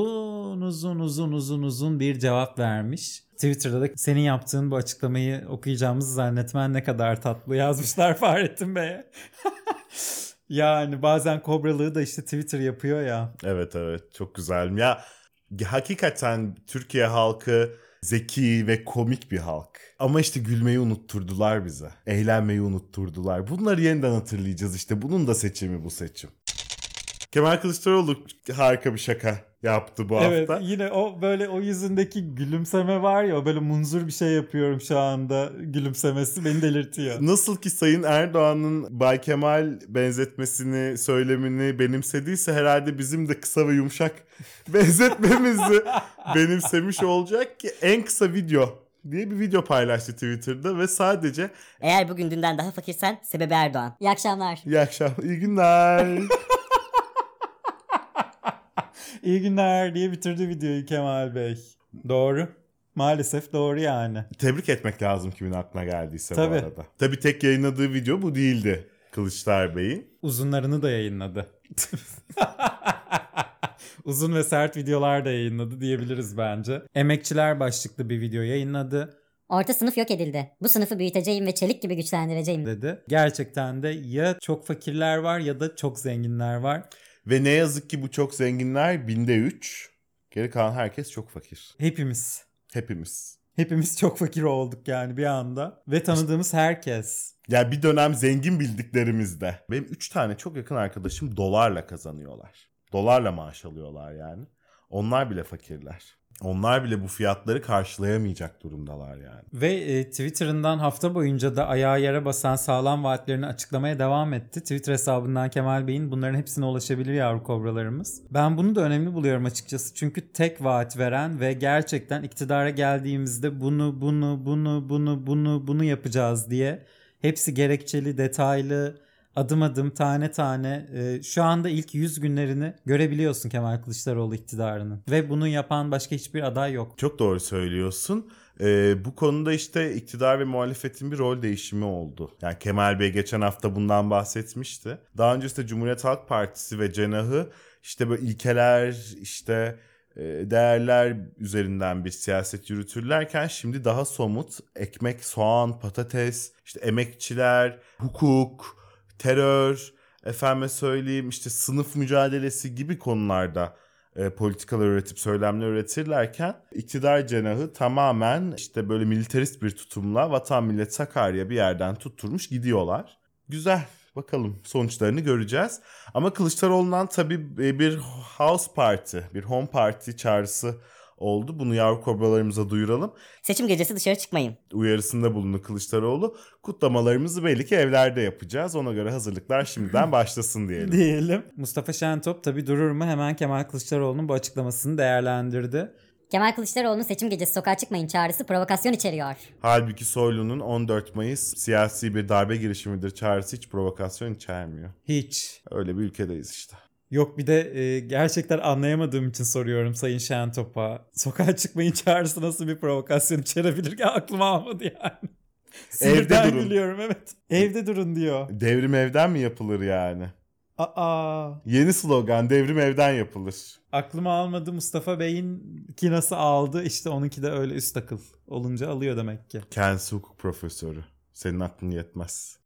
uzun bir cevap vermiş. Twitter'da da senin yaptığın bu açıklamayı okuyacağımızı zannetmen ne kadar tatlı yazmışlar Fahrettin Bey'e. Yani bazen kobralığı da işte Twitter yapıyor ya. Evet çok güzel. Ya hakikaten Türkiye halkı zeki ve komik bir halk. Ama işte gülmeyi unutturdular bize. Eğlenmeyi unutturdular. Bunları yeniden hatırlayacağız işte. Bunun da seçimi bu seçim. Kemal Kılıçdaroğlu harika bir şaka yaptı bu hafta. Evet yine o böyle o yüzündeki gülümseme var ya, o böyle munzur bir şey yapıyorum şu anda gülümsemesi beni delirtiyor. Nasıl ki Sayın Erdoğan'ın Bay Kemal benzetmesini, söylemini benimsediyse herhalde bizim de kısa ve yumuşak benzetmemizi benimsemiş olacak ki en kısa video diye bir video paylaştı Twitter'da ve sadece Eğer bugün dünden daha fakirsen sebebi Erdoğan. İyi akşamlar. iyi akşamlar, iyi günler. İyi günler diye bitirdi videoyu Kemal Bey. Doğru. Maalesef doğru yani. Tebrik etmek lazım kimin aklına geldiyse Tabii. bu arada. Tabii tek yayınladığı video bu değildi Kılıçdaroğlu Bey'in. Uzunlarını da yayınladı. Uzun ve sert videolar da yayınladı diyebiliriz bence. Emekçiler başlıklı bir video yayınladı Orta sınıf yok edildi. Bu sınıfı büyüteceğim ve çelik gibi güçlendireceğim. dedi. Gerçekten de ya çok fakirler var ya da çok zenginler var. Ve ne yazık ki bu çok zenginler 3. Geri kalan herkes çok fakir. Hepimiz. Hepimiz Çok fakir olduk yani bir anda. Ve tanıdığımız herkes. Yani bir dönem zengin bildiklerimizde. Benim 3 tane çok yakın arkadaşım dolarla kazanıyorlar. Dolarla maaş alıyorlar yani. Onlar bile fakirler. Onlar bile bu fiyatları karşılayamayacak durumdalar yani. Ve Twitter'ından hafta boyunca da ayağı yere basan sağlam vaatlerini açıklamaya devam etti. Twitter hesabından Kemal Bey'in bunların hepsine ulaşabilir yavru kobralarımız. Ben bunu da önemli buluyorum açıkçası. Çünkü tek vaat veren ve gerçekten iktidara geldiğimizde bunu yapacağız diye hepsi gerekçeli, detaylı, adım adım, tane tane şu anda ilk 100 günlerini görebiliyorsun Kemal Kılıçdaroğlu iktidarının. Ve bunu yapan başka hiçbir aday yok. Çok doğru söylüyorsun. Bu konuda işte iktidar ve muhalefetin bir rol değişimi oldu. Yani Kemal Bey geçen hafta bundan bahsetmişti. Daha önce işte Cumhuriyet Halk Partisi ve cenahı işte böyle ilkeler, işte değerler üzerinden bir siyaset yürütürlerken şimdi daha somut ekmek, soğan, patates, işte emekçiler, hukuk, terör, efendime söyleyeyim işte sınıf mücadelesi gibi konularda politikalar üretip söylemler üretirlerken iktidar cenahı tamamen işte böyle militarist bir tutumla vatan millet Sakarya bir yerden tutturmuş gidiyorlar. Güzel. Bakalım sonuçlarını göreceğiz. Ama Kılıçdaroğlu'ndan tabii bir house party, bir home party çağrısı oldu. Bunu yavru kobralarımıza duyuralım. Seçim gecesi dışarı çıkmayın. Uyarısında bulundu Kılıçdaroğlu. Kutlamalarımızı belli ki evlerde yapacağız. Ona göre hazırlıklar şimdiden başlasın diyelim. Diyelim. Mustafa Şentop tabii durur mu? Hemen Kemal Kılıçdaroğlu'nun bu açıklamasını değerlendirdi. Kemal Kılıçdaroğlu'nun seçim gecesi sokağa çıkmayın çağrısı provokasyon içeriyor. Halbuki Soylu'nun 14 Mayıs siyasi bir darbe girişimidir çağrısı hiç provokasyon içermiyor. Hiç. Öyle bir ülkedeyiz işte. Yok bir de gerçekten anlayamadığım için soruyorum Sayın Şentop'a. Sokağa çıkmayın çağrısı nasıl bir provokasyon içerebilir ki aklıma almadı yani. Sinirden durun. gülüyorum evet. Evde durun diyor. Devrim evden mi yapılır yani? Aa. Yeni slogan devrim evden yapılır. Aklıma almadı Mustafa Bey'in ki nasıl aldı işte onunki de öyle üst akıl olunca alıyor demek ki. Kendisi hukuk profesörü. Senin aklın yetmez.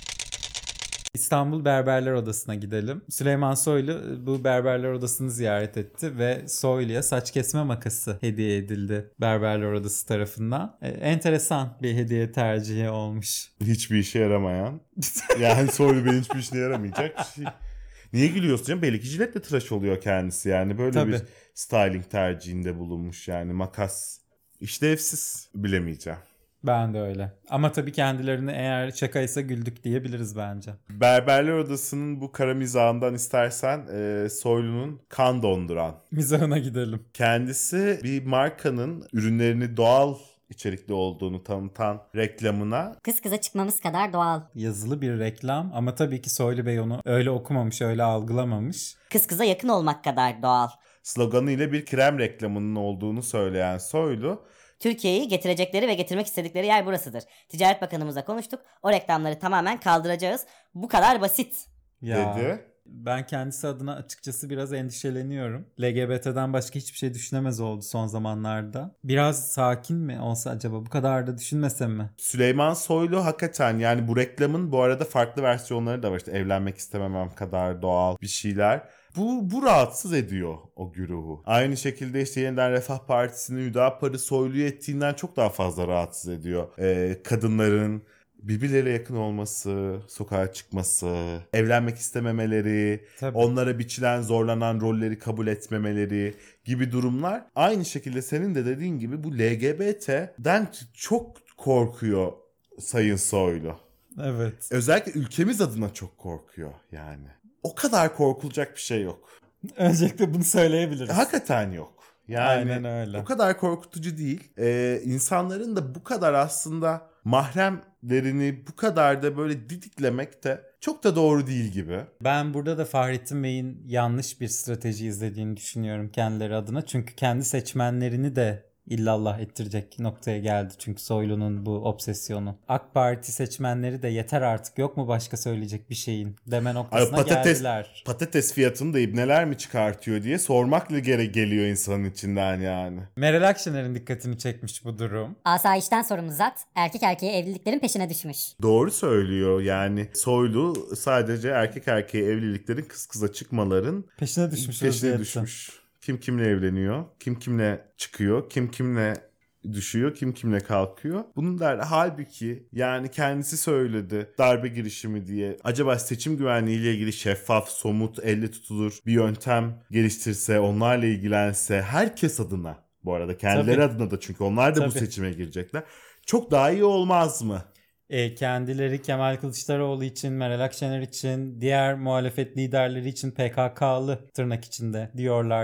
İstanbul Berberler Odası'na gidelim. Süleyman Soylu bu Berberler Odası'nı ziyaret etti ve Soylu'ya saç kesme makası hediye edildi Berberler Odası tarafından. Enteresan bir hediye tercihi olmuş. Hiçbir işe yaramayan. Yani Soylu benim hiçbir işine yaramayacak bir şey. Niye gülüyorsun canım? Belli ki jiletle tıraş oluyor kendisi yani. Böyle Tabii. bir styling tercihinde bulunmuş yani. Makas işlevsiz, bilemeyeceğim. Ben de öyle. Ama tabii kendilerine eğer şakaysa güldük diyebiliriz bence. Berberler Odası'nın bu kara mizahından istersen Soylu'nun kan donduran. Mizahına gidelim. Kendisi bir markanın ürünlerini doğal içerikli olduğunu tanıtan reklamına Kız kıza çıkmamız kadar doğal. Yazılı bir reklam ama tabii ki Soylu Bey onu öyle okumamış, öyle algılamamış. Kız kıza yakın olmak kadar doğal. sloganı ile bir krem reklamının olduğunu söyleyen Soylu, Türkiye'yi getirecekleri ve getirmek istedikleri yer burasıdır. Ticaret Bakanımızla konuştuk. O reklamları tamamen kaldıracağız. Bu kadar basit. Ya. dedi. Ben kendisi adına açıkçası biraz endişeleniyorum. LGBT'den başka hiçbir şey düşünemez oldu son zamanlarda. Biraz sakin mi olsa acaba? Bu kadar da düşünmesem mi? Süleyman Soylu hakikaten yani bu reklamın bu arada farklı versiyonları da var. İşte evlenmek istememem kadar doğal bir şeyler. Bu rahatsız ediyor o güruhu. Aynı şekilde işte Yeniden Refah Partisi'nin Hüdapar'ı Soylu'yu ettiğinden çok daha fazla rahatsız ediyor. Kadınların birbirleriyle yakın olması, sokağa çıkması, evlenmek istememeleri, Tabii. onlara biçilen zorlanan rolleri kabul etmemeleri gibi durumlar. Aynı şekilde senin de dediğin gibi bu LGBT'den çok korkuyor Sayın Soylu. Evet. Özellikle ülkemiz adına çok korkuyor yani. O kadar korkulacak bir şey yok. Öncelikle bunu söyleyebiliriz. Hakikaten yok. Yani Aynen öyle. o kadar korkutucu değil. İnsanların da bu kadar aslında mahremlerini bu kadar da böyle didiklemek de çok da doğru değil gibi. Ben burada da Fahrettin Bey'in yanlış bir strateji izlediğini düşünüyorum kendileri adına. Çünkü kendi seçmenlerini de illallah ettirecek noktaya geldi. Çünkü Soylu'nun bu obsesyonu. AK Parti seçmenleri de yeter artık yok mu başka söyleyecek bir şeyin deme noktasına geldiler. Patates fiyatını da ibneler mi çıkartıyor diye sormakla geliyor insanın içinden yani. Meral Akşener'in dikkatini çekmiş bu durum. Asayişten sorumlu zat erkek erkeğe evliliklerin peşine düşmüş. Doğru söylüyor yani Soylu sadece erkek erkeğe evliliklerin kız kıza çıkmaların Peşine düşmüş. peşine vaziyette. düşmüş. Kim kimle evleniyor, kim kimle çıkıyor, kim kimle düşüyor, kim kimle kalkıyor. Bunun der halbuki yani kendisi söyledi darbe girişimi diye. Acaba seçim güvenliği ile ilgili şeffaf, somut, elle tutulur bir yöntem geliştirse, onlarla ilgilense herkes adına bu arada kendileri Tabii. adına da çünkü onlar da bu Tabii. seçime girecekler. Çok daha iyi olmaz mı? Kendileri Kemal Kılıçdaroğlu için, Meral Akşener için, diğer muhalefet liderleri için PKK'lı tırnak içinde diyorlar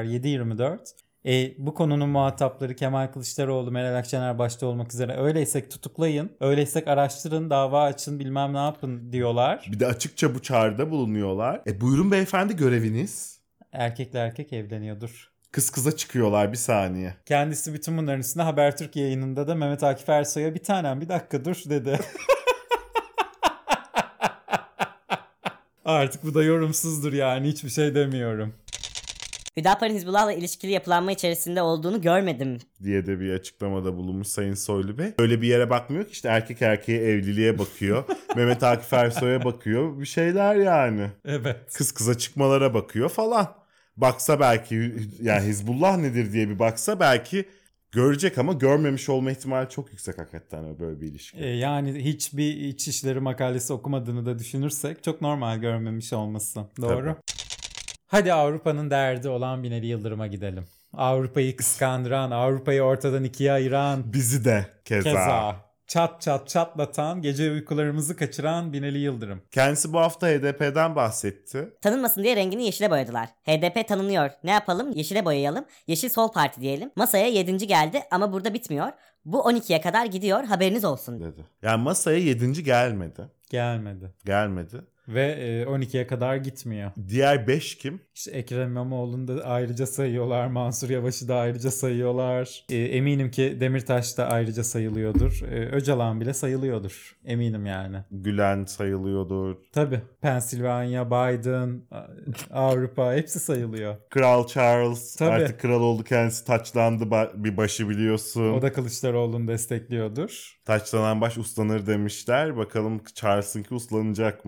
7/24. Bu konunun muhatapları Kemal Kılıçdaroğlu, Meral Akşener başta olmak üzere öyleysek tutuklayın, öyleysek araştırın, dava açın bilmem ne yapın diyorlar. Bir de açıkça bu çağrıda bulunuyorlar. Buyurun beyefendi göreviniz. Erkekle erkek evleniyordur. Kız kıza çıkıyorlar bir saniye. Kendisi bütün bunların üstüne Habertürk yayınında da Mehmet Akif Ersoy'a bir tanem bir dakika dur dedi. Artık bu da yorumsuzdur yani hiçbir şey demiyorum. Hüdapar'ın Hizbullah'la ilişkili yapılanma içerisinde olduğunu görmedim. Diye de bir açıklamada bulunmuş Sayın Soylu Bey. Öyle bir yere bakmıyor ki işte erkek erkeğe evliliğe bakıyor. Mehmet Akif Ersoy'a bakıyor. Bir şeyler yani. Evet. Kız kıza çıkmalara bakıyor falan. Baksa belki yani Hizbullah nedir diye bir baksa belki görecek ama görmemiş olma ihtimali çok yüksek hakikaten böyle bir ilişki. Yani hiçbir İçişleri makalesi okumadığını da düşünürsek çok normal görmemiş olması. Doğru. Tabii. Hadi Avrupa'nın derdi olan Binali Yıldırım'a gidelim. Avrupa'yı kıskandıran, Avrupa'yı ortadan ikiye ayıran, Bizi de keza. çat çat çatlatan, gece uykularımızı kaçıran Binali Yıldırım. Kendisi bu hafta HDP'den bahsetti. Tanınmasın diye rengini yeşile boyadılar. HDP tanınıyor. Ne yapalım? Yeşile boyayalım. Yeşil Sol Parti diyelim. Masaya 7. geldi ama burada bitmiyor. Bu 12'ye kadar gidiyor. Haberiniz olsun. Dedi. Yani masaya 7. gelmedi. Gelmedi. Ve 12'ye kadar gitmiyor. Diğer 5 kim? İşte Ekrem İmamoğlu'nu da ayrıca sayıyorlar. Mansur Yavaş'ı da ayrıca sayıyorlar. Eminim ki Demirtaş da ayrıca sayılıyordur. Öcalan bile sayılıyordur. Eminim yani. Gülen sayılıyordur. Tabii. Pensilvanya, Biden, Avrupa hepsi sayılıyor. Kral Charles Tabii. artık kral oldu, kendisi taçlandı bir başı biliyorsun. O da Kılıçdaroğlu'nu destekliyordur. Taçlanan baş uslanır demişler. Bakalım Charles'ınki uslanacak mı?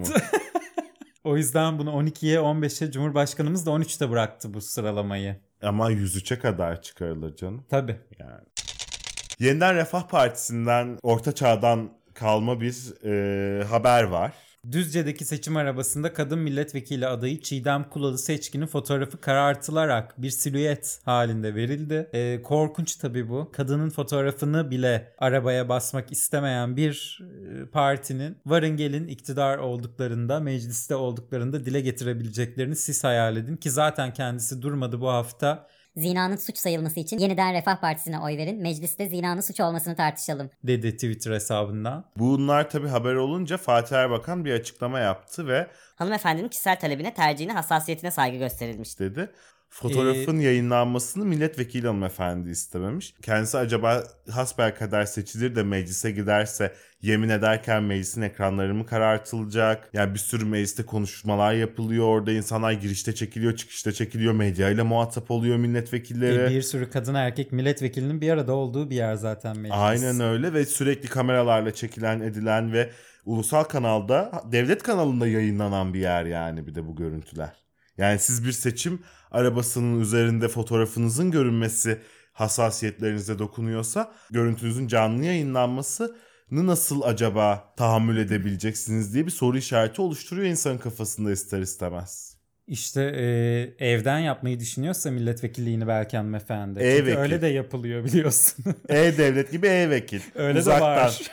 O yüzden bunu 12'ye 15'e Cumhurbaşkanımız da 13'te bıraktı bu sıralamayı. Ama 103'e kadar çıkarılır canım. Tabii. Yani. Yeniden Refah Partisi'nden Orta Çağ'dan kalma bir haber var. Düzce'deki seçim arabasında kadın milletvekili adayı Çiğdem Kulalı Seçkin'in fotoğrafı karartılarak bir silüet halinde verildi. Korkunç tabii bu. Kadının fotoğrafını bile arabaya basmak istemeyen bir partinin varın gelin iktidar olduklarında, mecliste olduklarında dile getirebileceklerini siz hayal edin. Ki zaten kendisi durmadı bu hafta. Zinanın suç sayılması için yeniden Refah Partisi'ne oy verin. Mecliste zinanın suç olmasını tartışalım. Dedi Twitter hesabından. Bunlar tabii haber olunca Fatih Erbakan bir açıklama yaptı ve Hanımefendinin kişisel talebine, tercihine, hassasiyetine saygı gösterilmiş. dedi. Fotoğrafın yayınlanmasını milletvekili hanımefendi istememiş. Kendisi acaba hasbelkader seçilir de meclise giderse yemin ederken meclisin ekranları mı karartılacak? Yani bir sürü mecliste konuşmalar yapılıyor. Orada insanlar girişte çekiliyor, çıkışta çekiliyor. Medyayla muhatap oluyor milletvekilleri. Bir sürü kadın erkek milletvekilinin bir arada olduğu bir yer zaten meclis. Aynen öyle ve sürekli kameralarla çekilen, edilen ve ulusal kanalda, devlet kanalında yayınlanan bir yer yani bir de bu görüntüler. Yani siz bir seçim arabasının üzerinde fotoğrafınızın görünmesi hassasiyetlerinize dokunuyorsa görüntünüzün canlı yayınlanmasını nasıl acaba tahammül edebileceksiniz diye bir soru işareti oluşturuyor insanın kafasında ister istemez. İşte evden yapmayı düşünüyorsa milletvekilliğini belki hanımefendi. Çünkü E-vekil. öyle de yapılıyor biliyorsun. E-devlet gibi e-vekil. Öyle Uzaktan. de var.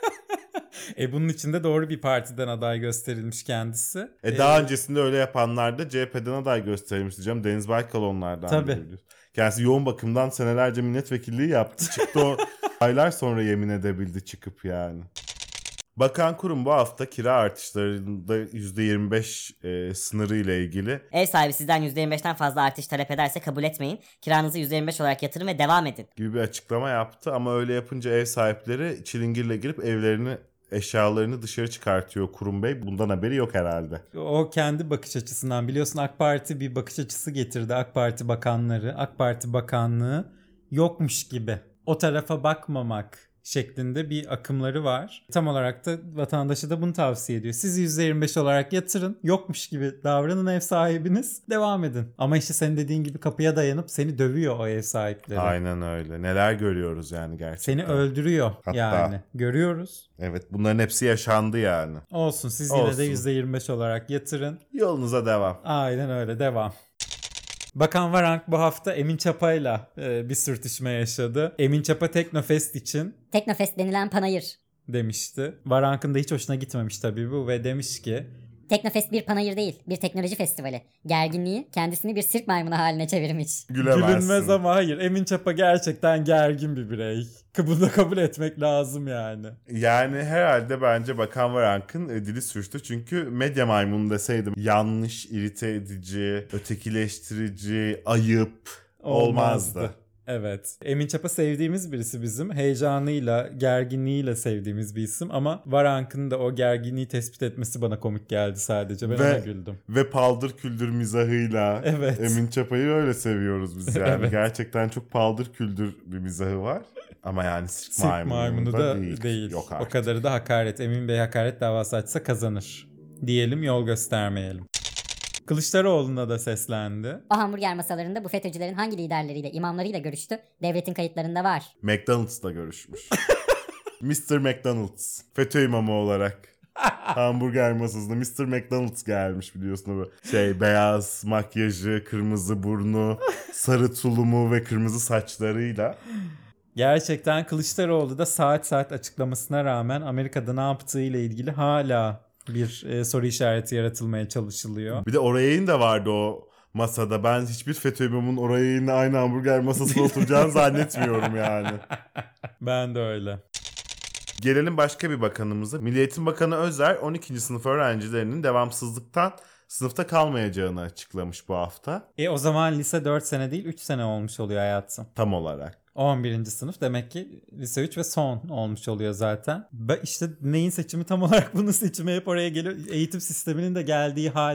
Bunun için de doğru bir partiden aday gösterilmiş kendisi. Daha öncesinde öyle yapanlar da CHP'den aday gösterilmiş diyeceğim. Deniz Baykal onlardan. Tabii. Kendisi yoğun bakımdan senelerce milletvekilliği yaptı. Çıktı o aylar sonra yemin edebildi çıkıp yani. Bakan kurum bu hafta kira artışlarında %25 sınırı ile ilgili Ev sahibi sizden %25'ten fazla artış talep ederse kabul etmeyin. Kiranızı %25 olarak yatırın ve devam edin. gibi bir açıklama yaptı. Ama öyle yapınca ev sahipleri çilingirle girip evlerini, eşyalarını dışarı çıkartıyor kurum bey. Bundan haberi yok herhalde. O kendi bakış açısından biliyorsun AK Parti bir bakış açısı getirdi. AK Parti bakanları, AK Parti bakanlığı yokmuş gibi. O tarafa bakmamak şeklinde bir akımları var. Tam olarak da vatandaşa da bunu tavsiye ediyor. Siz %25 olarak yatırın. Yokmuş gibi davranın ev sahibiniz. Devam edin. Ama işte senin dediğin gibi kapıya dayanıp seni dövüyor o ev sahipleri. Aynen öyle. Neler görüyoruz yani gerçekten. Seni öldürüyor Hatta. yani. Görüyoruz. Evet, bunların hepsi yaşandı yani. Olsun siz yine Olsun. de %25 olarak yatırın. Yolunuza devam. Aynen öyle devam. Bakan Varank bu hafta Emin Çapa'yla bir sürtüşme yaşadı. Emin Çapa Teknofest için Teknofest denilen panayır. demişti. Varank'ın da hiç hoşuna gitmemiş tabii bu ve demiş ki Teknofest bir panayır değil, bir teknoloji festivali. Gerginliği kendisini bir sirk maymunu haline çevirmiş. Gülemezsin. gülünmez ama hayır Emin Çapa gerçekten gergin bir birey. Bunu da kabul etmek lazım yani. Yani herhalde bence Bakan Varank'ın dili sürçtü. Çünkü medya maymunu deseydim yanlış, irite edici, ötekileştirici, ayıp olmazdı. Evet. Emin Çapa sevdiğimiz birisi bizim. Heyecanıyla, gerginliğiyle sevdiğimiz bir isim ama Varank'ın da o gerginliği tespit etmesi bana komik geldi sadece. Ben ona güldüm. Ve paldır küldür mizahıyla Evet. Emin Çapa'yı öyle seviyoruz biz yani. Evet. Gerçekten çok paldır küldür bir mizahı var. Ama yani sirk Maymunu da değil. Yok O artık. kadarı da hakaret. Emin Bey hakaret davası açsa kazanır. Diyelim, yol göstermeyelim. Kılıçdaroğlu'na da seslendi. O hamburger masalarında bu FETÖ'cülerin hangi liderleriyle, imamlarıyla görüştü? Devletin kayıtlarında var. McDonald's'la görüşmüş. Mr. McDonald's. FETÖ imamı olarak. Hamburger masasında Mr. McDonald's gelmiş biliyorsun o beyaz makyajı, kırmızı burnu, sarı tulumu ve kırmızı saçlarıyla. Gerçekten Kılıçdaroğlu da saat açıklamasına rağmen Amerika'da ne yaptığı ile ilgili hala bir soru işareti yaratılmaya çalışılıyor. Bir de Oray'ın da vardı o masada. Ben hiçbir FETÖ imamının Oray'ın aynı hamburger masasına oturacağını zannetmiyorum yani. Ben de öyle. Gelelim başka bir bakanımıza. Milli Eğitim Bakanı Özer 12. sınıf öğrencilerinin devamsızlıktan sınıfta kalmayacağını açıklamış bu hafta. O zaman lise 4 sene değil 3 sene olmuş oluyor hayatım. Tam olarak. 11. sınıf demek ki lise 3 ve son olmuş oluyor zaten. İşte neyin seçimi tam olarak bunun seçimi hep oraya geliyor. Eğitim sisteminin de geldiği hal.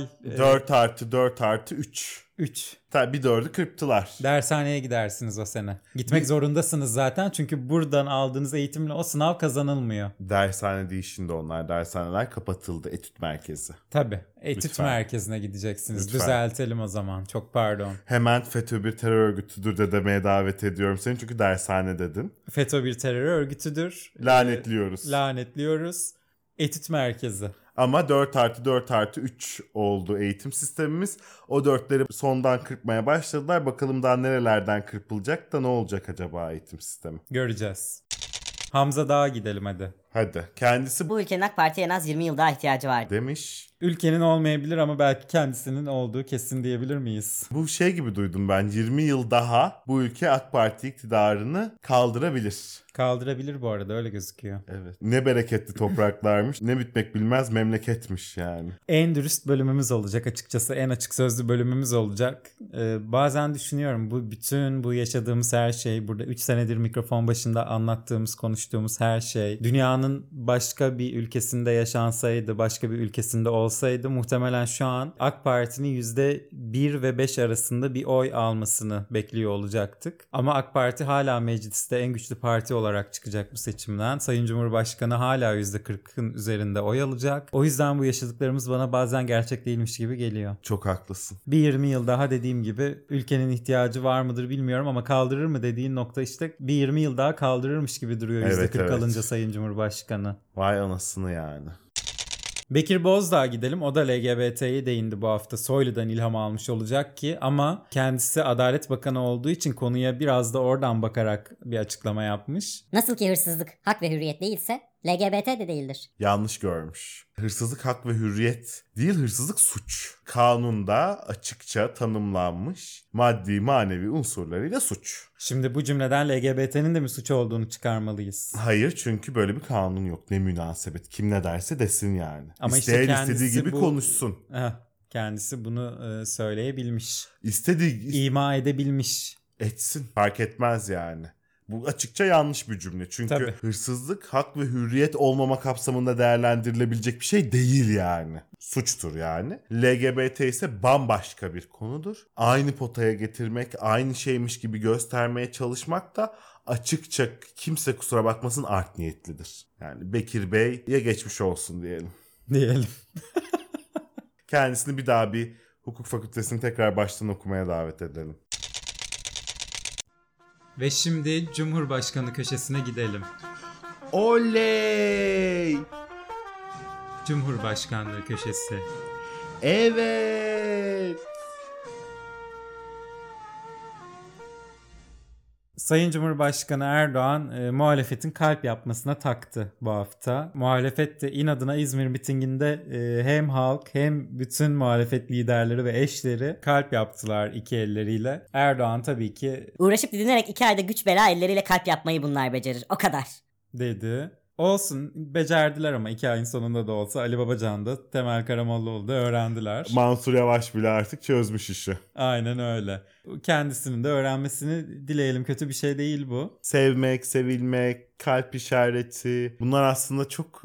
4+4+3. 3. Tabii bir 4'ü kırptılar. Dershaneye gidersiniz o sene. Gitmek zorundasınız zaten çünkü buradan aldığınız eğitimle o sınav kazanılmıyor. Dershane değil şimdi onlar. Dershaneler kapatıldı. Etüt merkezi. Tabii. Etüt Lütfen. merkezine gideceksiniz. Lütfen. Düzeltelim o zaman. Çok pardon. Hemen FETÖ bir terör örgütüdür de demeye davet ediyorum seni çünkü dershane dedin. FETÖ bir terör örgütüdür. Lanetliyoruz. Lanetliyoruz. Etüt merkezi. Ama 4+4+3 oldu eğitim sistemimiz. O 4'leri sondan kırpmaya başladılar. Bakalım daha nerelerden kırpılacak da ne olacak acaba eğitim sistemi? Göreceğiz. Hamza Dağ'a gidelim hadi. Hadi. Kendisi Bu ülkenin AK Parti'ye en az 20 yıl daha ihtiyacı var. demiş. Ülkenin olmayabilir ama belki kendisinin olduğu kesin diyebilir miyiz? Bu gibi duydum ben. 20 yıl daha bu ülke AK Parti iktidarını kaldırabilir. Kaldırabilir bu arada öyle gözüküyor. Evet. Ne bereketli topraklarmış. Ne bitmek bilmez memleketmiş yani. En dürüst bölümümüz olacak açıkçası. En açık sözlü bölümümüz olacak. Bazen düşünüyorum bütün bu yaşadığımız her şey, burada 3 senedir mikrofon başında anlattığımız, konuştuğumuz her şey, dünyanın başka bir ülkesinde yaşansaydı, başka bir ülkesinde olsaydı muhtemelen şu an AK Parti'nin %1 ve 5 arasında bir oy almasını bekliyor olacaktık. Ama AK Parti hala mecliste en güçlü parti olarak çıkacak bu seçimden. Sayın Cumhurbaşkanı hala %40'ın üzerinde oy alacak. O yüzden bu yaşadıklarımız bana bazen gerçek değilmiş gibi geliyor. Çok haklısın. Bir 20 yıl daha dediğim gibi ülkenin ihtiyacı var mıdır bilmiyorum ama kaldırır mı dediğin nokta işte bir 20 yıl daha kaldırırmış gibi duruyor Evet, %40 evet. alınca Sayın Cumhurbaşkanı. Vay anasını yani. Bekir Bozdağ'a gidelim. O da LGBT'ye değindi bu hafta. Soylu'dan ilham almış olacak ki ama kendisi Adalet Bakanı olduğu için konuya biraz da oradan bakarak bir açıklama yapmış. Nasıl ki hırsızlık hak ve hürriyet değilse LGBT de değildir. Yanlış görmüş. Hırsızlık hak ve hürriyet değil, hırsızlık suç. Kanunda açıkça tanımlanmış maddi manevi unsurlarıyla suç. Şimdi bu cümleden LGBT'nin de mi suç olduğunu çıkarmalıyız? Hayır, çünkü böyle bir kanun yok. Ne münasebet. Kim ne derse desin yani. Ama işte İsteyen kendisi istediği gibi konuşsun. Kendisi bunu söyleyebilmiş. İstediği İma edebilmiş. etsin. Fark etmez yani. Bu açıkça yanlış bir cümle. Çünkü Tabii. hırsızlık hak ve hürriyet olmama kapsamında değerlendirilebilecek bir şey değil yani. Suçtur yani. LGBT ise bambaşka bir konudur. Aynı potaya getirmek, aynı şeymiş gibi göstermeye çalışmak da açıkça, kimse kusura bakmasın, art niyetlidir. Yani Bekir Bey'e geçmiş olsun diyelim. Diyelim. Kendisini bir daha bir hukuk fakültesini tekrar baştan okumaya davet edelim. Ve şimdi Cumhurbaşkanı köşesine gidelim. Oley! Cumhurbaşkanlığı köşesi. Evet! Sayın Cumhurbaşkanı Erdoğan muhalefetin kalp yapmasına taktı bu hafta. Muhalefet de inadına İzmir mitinginde hem halk hem bütün muhalefet liderleri ve eşleri kalp yaptılar iki elleriyle. Erdoğan tabii ki Uğraşıp didinerek 2 ayda güç bela elleriyle kalp yapmayı bunlar becerir. O kadar. dedi. Olsun, becerdiler ama 2 ayın sonunda da olsa Ali Babacan da Temel Karamollaoğlu da öğrendiler. Mansur Yavaş bile artık çözmüş işi. Aynen öyle. Kendisinin de öğrenmesini dileyelim, kötü bir şey değil bu. Sevmek, sevilmek, kalp işareti, bunlar aslında çok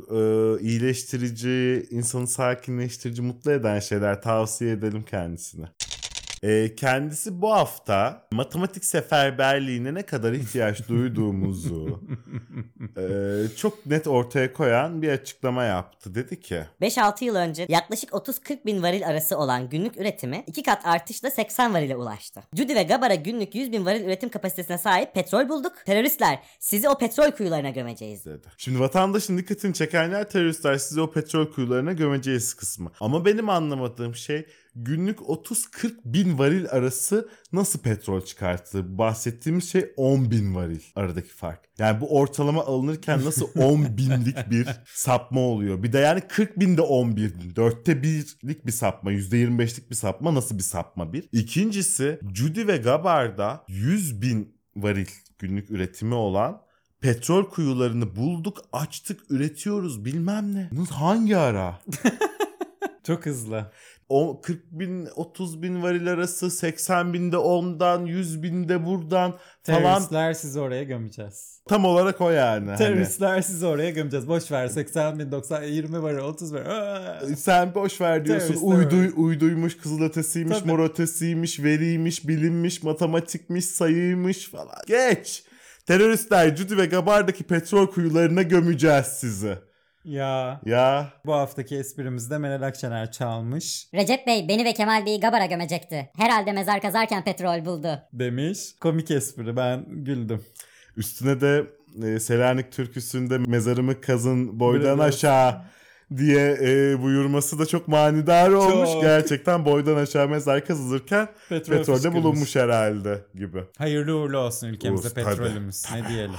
iyileştirici, insanı sakinleştirici, mutlu eden şeyler. Tavsiye edelim kendisine. Kendisi bu hafta matematik seferberliğine ne kadar ihtiyaç duyduğumuzu çok net ortaya koyan bir açıklama yaptı. Dedi ki 5-6 yıl önce yaklaşık 30-40 bin varil arası olan günlük üretimi 2 kat artışla 80 varile ulaştı. Judy ve Gabbara günlük 100 bin varil üretim kapasitesine sahip petrol bulduk. Teröristler sizi o petrol kuyularına gömeceğiz dedi. Şimdi vatandaşın dikkatini çekenler teröristler sizi o petrol kuyularına gömeceğiz kısmı. Ama benim anlamadığım şey günlük 30-40 bin varil arası nasıl petrol çıkarttı? Bahsettiğimiz şey 10 bin varil aradaki fark. Yani bu ortalama alınırken nasıl 10 binlik bir sapma oluyor? Bir de yani 40 bin de 11 bin. 4'te 1'lik bir sapma, %25'lik bir sapma nasıl bir sapma bir? İkincisi Judy ve Gabbar'da 100 bin varil günlük üretimi olan petrol kuyularını bulduk, açtık, üretiyoruz bilmem ne. Hangi ara? Çok hızlı. O 40 bin 30 bin varil arası, 80 binde ondan, 100 binde buradan falan. Teröristler sizi oraya gömeceğiz. Tam olarak o yani. Teröristler sizi oraya gömeceğiz. Boş ver 80 bin 90 20 varil 30 varil. Sen boş ver diyorsun. Uyduymuş, kızılötesiymiş, Tabii. morötesiymiş, veriymiş, bilimmiş, matematikmiş, sayıymış falan. Geç. Teröristler Judy ve Gabbar'daki petrol kuyularına gömeceğiz sizi. Ya. Bu haftaki esprimizde Meral Akşener çalmış. Recep Bey beni ve Kemal Bey'i Gabar'a gömecekti. Herhalde mezar kazarken petrol buldu. Demiş. Komik espri, ben güldüm. Üstüne de Selanik türküsünde mezarımı kazın boydan Biraz. aşağı diye buyurması da çok manidar olmuş. Çok. Gerçekten boydan aşağı mezar kazılırken petrolde fışkırmış. bulunmuş herhalde gibi. Hayırlı uğurlu olsun ülkemize Uğur, petrolümüz. tabii. Ne diyelim.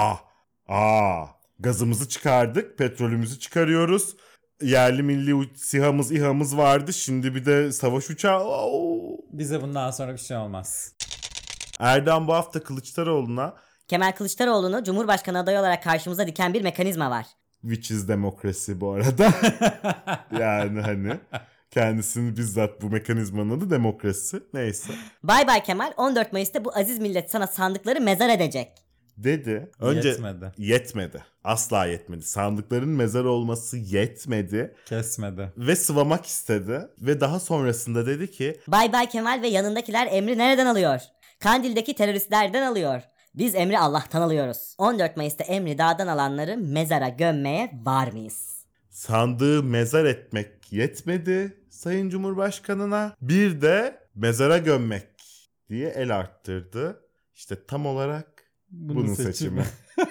Gazımızı çıkardık, petrolümüzü çıkarıyoruz. Yerli milli SİHA'mız, İHA'mız vardı. Şimdi bir de savaş uçağı. Bize bundan sonra bir şey olmaz. Erdoğan bu hafta Kılıçdaroğlu'na Kemal Kılıçdaroğlu'nu Cumhurbaşkanı adayı olarak karşımıza diken bir mekanizma var. which is demokrasi bu arada. Yani hani kendisini bizzat bu mekanizmanın adı demokrasi. Neyse. Bay Bay Kemal 14 Mayıs'ta bu aziz millet sana sandıkları mezar edecek. Dedi. Önce Yetmedi. Asla yetmedi. Sandıkların mezar olması yetmedi. Kesmedi. Ve sıvamak istedi. Ve daha sonrasında dedi ki Bay Bay Kemal ve yanındakiler emri nereden alıyor? Kandil'deki teröristlerden alıyor. Biz emri Allah'tan alıyoruz. 14 Mayıs'ta emri dağdan alanları mezara gömmeye var mıyız? sandığı mezar etmek yetmedi Sayın Cumhurbaşkanı'na. Bir de mezara gömmek diye el arttırdı. İşte tam olarak bunun seçimi.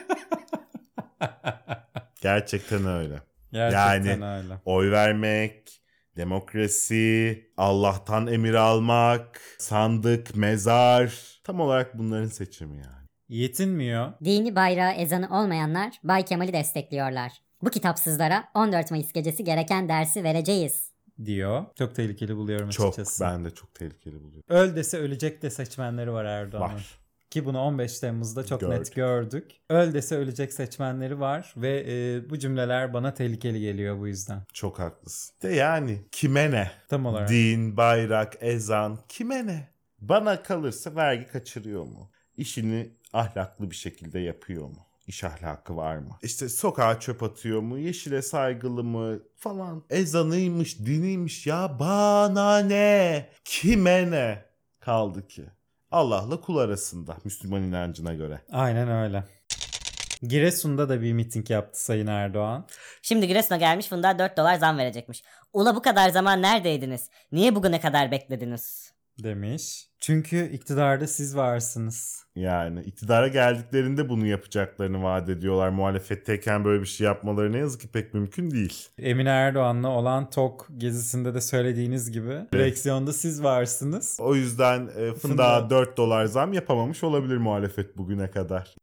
Gerçekten öyle. Gerçekten yani öyle. Oy vermek, demokrasi, Allah'tan emir almak, sandık, mezar, tam olarak bunların seçimi yani. Yetinmiyor. Dini bayrağı ezanı olmayanlar Bay Kemal'i destekliyorlar. Bu kitapsızlara 14 Mayıs gecesi gereken dersi vereceğiz. Diyor. Çok tehlikeli buluyorum açıkçası. Ben de çok tehlikeli buluyorum. Öl dese ölecek de seçmenleri var Erdoğan'ın. Var. Ki bunu 15 Temmuz'da çok net gördük. Öl dese ölecek seçmenleri var ve bu cümleler bana tehlikeli geliyor bu yüzden. Çok haklısın. De yani kime ne? Tam olarak. Din, bayrak, ezan kime ne? Bana kalırsa vergi kaçırıyor mu? İşini ahlaklı bir şekilde yapıyor mu? İş ahlakı var mı? İşte sokağa çöp atıyor mu? Yeşile saygılı mı? Falan. Ezanıymış, diniymiş ya bana ne? Kime ne? Kaldı ki. Allah'la kul arasında Müslüman inancına göre. Aynen öyle. Giresun'da da bir miting yaptı Sayın Erdoğan. Şimdi Giresun'a gelmiş Funda 4 dolar zam verecekmiş. Ula bu kadar zaman neredeydiniz? Niye bugüne kadar beklediniz? Demiş. Çünkü iktidarda siz varsınız. Yani iktidara geldiklerinde bunu yapacaklarını vaat ediyorlar. Muhalefetteyken böyle bir şey yapmaları ne yazık ki pek mümkün değil. Emine Erdoğan'la olan TOK gezisinde de söylediğiniz gibi direksiyonda siz varsınız. O yüzden Fındık'a 4 dolar zam yapamamış olabilir muhalefet bugüne kadar.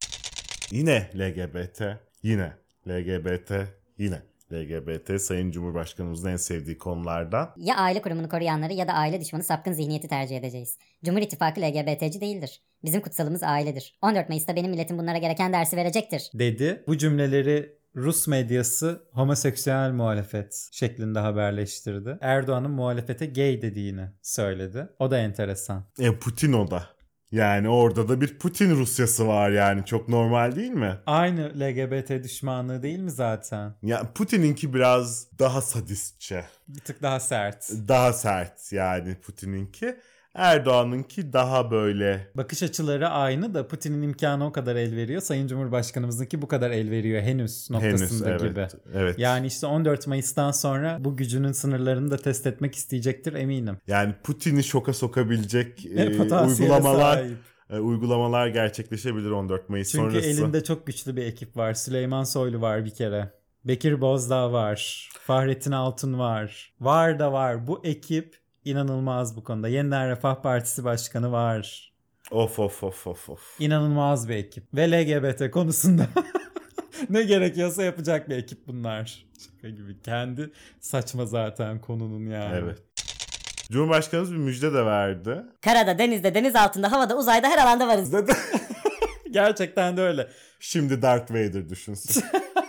Yine LGBT, yine LGBT, yine LGBT Sayın Cumhurbaşkanımızın en sevdiği konulardan. Ya aile kurumunu koruyanları ya da aile düşmanı sapkın zihniyeti tercih edeceğiz. Cumhur İttifakı LGBT'ci değildir. Bizim kutsalımız ailedir. 14 Mayıs'ta benim milletim bunlara gereken dersi verecektir. Dedi. Bu cümleleri Rus medyası homoseksüel muhalefet şeklinde haberleştirdi. Erdoğan'ın muhalefete gay dediğini söyledi. O da enteresan. Putin o da. Yani orada da bir Putin Rusyası var yani. Çok normal değil mi? Aynı LGBT düşmanlığı değil mi zaten? Ya Putin'inki biraz daha sadistçe. Bir tık daha sert. Daha sert yani Putin'inki. Erdoğan'ınki daha böyle. Bakış açıları aynı da Putin'in imkanı o kadar el veriyor. Sayın Cumhurbaşkanımızdaki bu kadar el veriyor henüz noktasında Henüz, gibi. Evet. Yani işte 14 Mayıs'tan sonra bu gücünün sınırlarını da test etmek isteyecektir eminim. Yani Putin'i şoka sokabilecek Potansiyele sahip. uygulamalar gerçekleşebilir 14 Mayıs Çünkü sonrası. elinde çok güçlü bir ekip var. Süleyman Soylu var bir kere. Bekir Bozdağ var. Fahrettin Altun var. Var da var. Bu ekip inanılmaz bu konuda. Yeniden Refah Partisi Başkanı var. Of. İnanılmaz bir ekip. Ve LGBT konusunda ne gerekiyorsa yapacak bir ekip bunlar. Şaka gibi. Kendi saçma zaten konunun yani. Evet. Cumhurbaşkanımız bir müjde de verdi. Karada, denizde, deniz altında, havada, uzayda her alanda varız. Gerçekten de öyle. Şimdi Darth Vader düşünsün.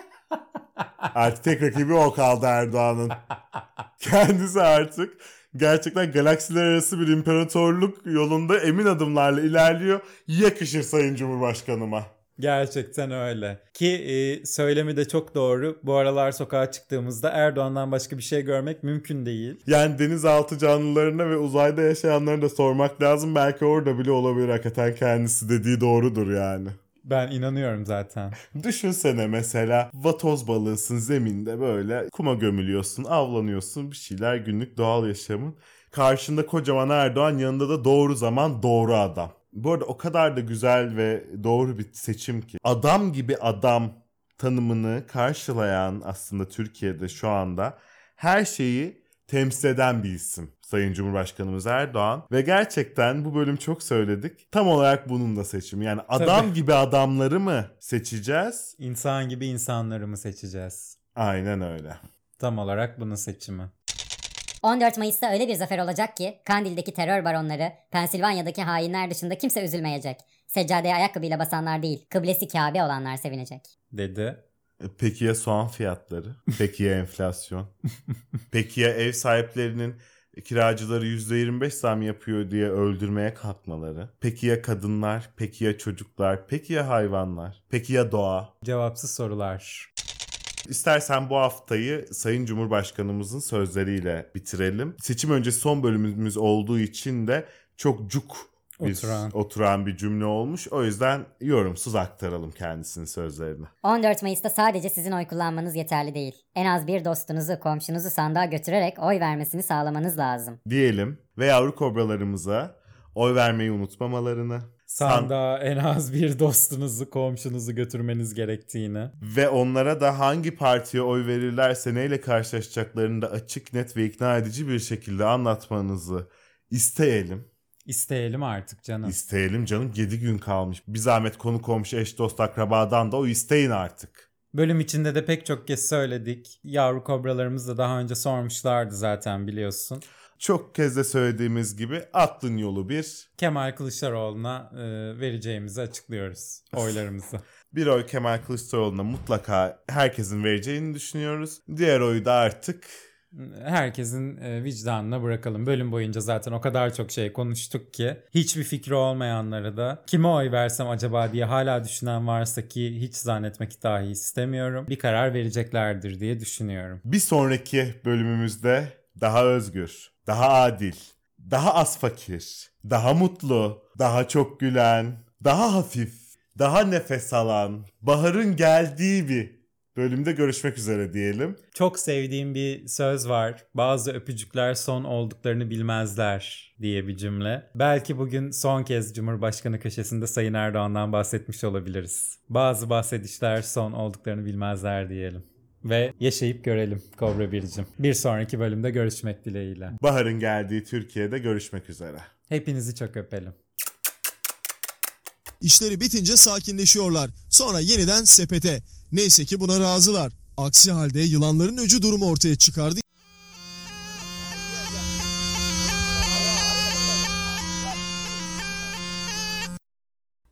Artık tek rakibi o kaldı Erdoğan'ın. Kendisi artık gerçekten galaksiler arası bir imparatorluk yolunda emin adımlarla ilerliyor. Yakışır Sayın Cumhurbaşkanıma. Gerçekten öyle. Ki söylemi de çok doğru. Bu aralar sokağa çıktığımızda Erdoğan'dan başka bir şey görmek mümkün değil. Yani denizaltı canlılarına ve uzayda yaşayanlara da sormak lazım. Belki orada bile olabilir hakikaten kendisi dediği doğrudur yani. Ben inanıyorum zaten. Düşünsene mesela vatoz balığısın zeminde böyle kuma gömülüyorsun, avlanıyorsun bir şeyler günlük doğal yaşamın. Karşında kocaman Erdoğan, yanında da doğru zaman doğru adam. Bu arada o kadar da güzel ve doğru bir seçim ki. Adam gibi adam tanımını karşılayan aslında Türkiye'de şu anda her şeyi temsil eden bir isim. Sayın Cumhurbaşkanımız Erdoğan. Ve gerçekten bu bölüm çok söyledik. Tam olarak bunun da seçimi. Yani adam gibi adamları mı seçeceğiz? İnsan gibi insanları mı seçeceğiz? Aynen öyle. Tam olarak bunun seçimi. 14 Mayıs'ta öyle bir zafer olacak ki Kandil'deki terör baronları, Pensilvanya'daki hainler dışında kimse üzülmeyecek. Seccadeye ayakkabıyla basanlar değil, kıblesi Kabe olanlar sevinecek. Dedi. Peki ya soğan fiyatları? Peki ya enflasyon? Peki ya ev sahiplerinin kiracıları %25 zam yapıyor diye öldürmeye kalkmaları? Peki ya kadınlar? Peki ya çocuklar? Peki ya hayvanlar? Peki ya doğa? Cevapsız sorular. İstersen bu haftayı Sayın Cumhurbaşkanımızın sözleriyle bitirelim. Seçim öncesi son bölümümüz olduğu için de çok cuk oturan bir cümle olmuş. O yüzden yorumsuz aktaralım kendisinin sözlerini. 14 Mayıs'ta sadece sizin oy kullanmanız yeterli değil. En az bir dostunuzu, komşunuzu sandığa götürerek oy vermesini sağlamanız lazım. Diyelim ve yavru kobralarımıza oy vermeyi unutmamalarını, Sandığa en az bir dostunuzu, komşunuzu götürmeniz gerektiğini. Ve onlara da hangi partiye oy verirlerse neyle karşılaşacaklarını da açık, net ve ikna edici bir şekilde anlatmanızı isteyelim. İsteyelim artık canım. İsteyelim canım, 7 gün kalmış. Bir zahmet konu komşu, eş dost akrabadan da o isteyin artık. Bölüm içinde de pek çok kez söyledik. Yavru kobralarımız da daha önce sormuşlardı zaten biliyorsun. Çok kez de söylediğimiz gibi aklın yolu bir. Kemal Kılıçdaroğlu'na vereceğimizi açıklıyoruz oylarımızı. Bir oy Kemal Kılıçdaroğlu'na mutlaka herkesin vereceğini düşünüyoruz. Diğer oyu da artık herkesin vicdanına bırakalım. Bölüm boyunca zaten o kadar çok şey konuştuk ki hiçbir fikri olmayanları da kime oy versem acaba diye hala düşünen varsa, ki hiç zannetmek dahi istemiyorum, bir karar vereceklerdir diye düşünüyorum. Bir sonraki bölümümüzde daha özgür, daha adil, daha az fakir, daha mutlu, daha çok gülen, daha hafif, daha nefes alan, baharın geldiği bir bölümde görüşmek üzere diyelim. Çok sevdiğim bir söz var. Bazı öpücükler son olduklarını bilmezler diye bir cümle. Belki bugün son kez Cumhurbaşkanı köşesinde Sayın Erdoğan'dan bahsetmiş olabiliriz. Bazı bahsedişler son olduklarını bilmezler diyelim. Ve yaşayıp görelim Kobra Bircim. Bir sonraki bölümde görüşmek dileğiyle. Baharın geldiği Türkiye'de görüşmek üzere. Hepinizi çok öpelim. İşleri bitince sakinleşiyorlar. Sonra yeniden sepete. Neyse ki buna razılar. Aksi halde yılanların öcü durumu ortaya çıkardı.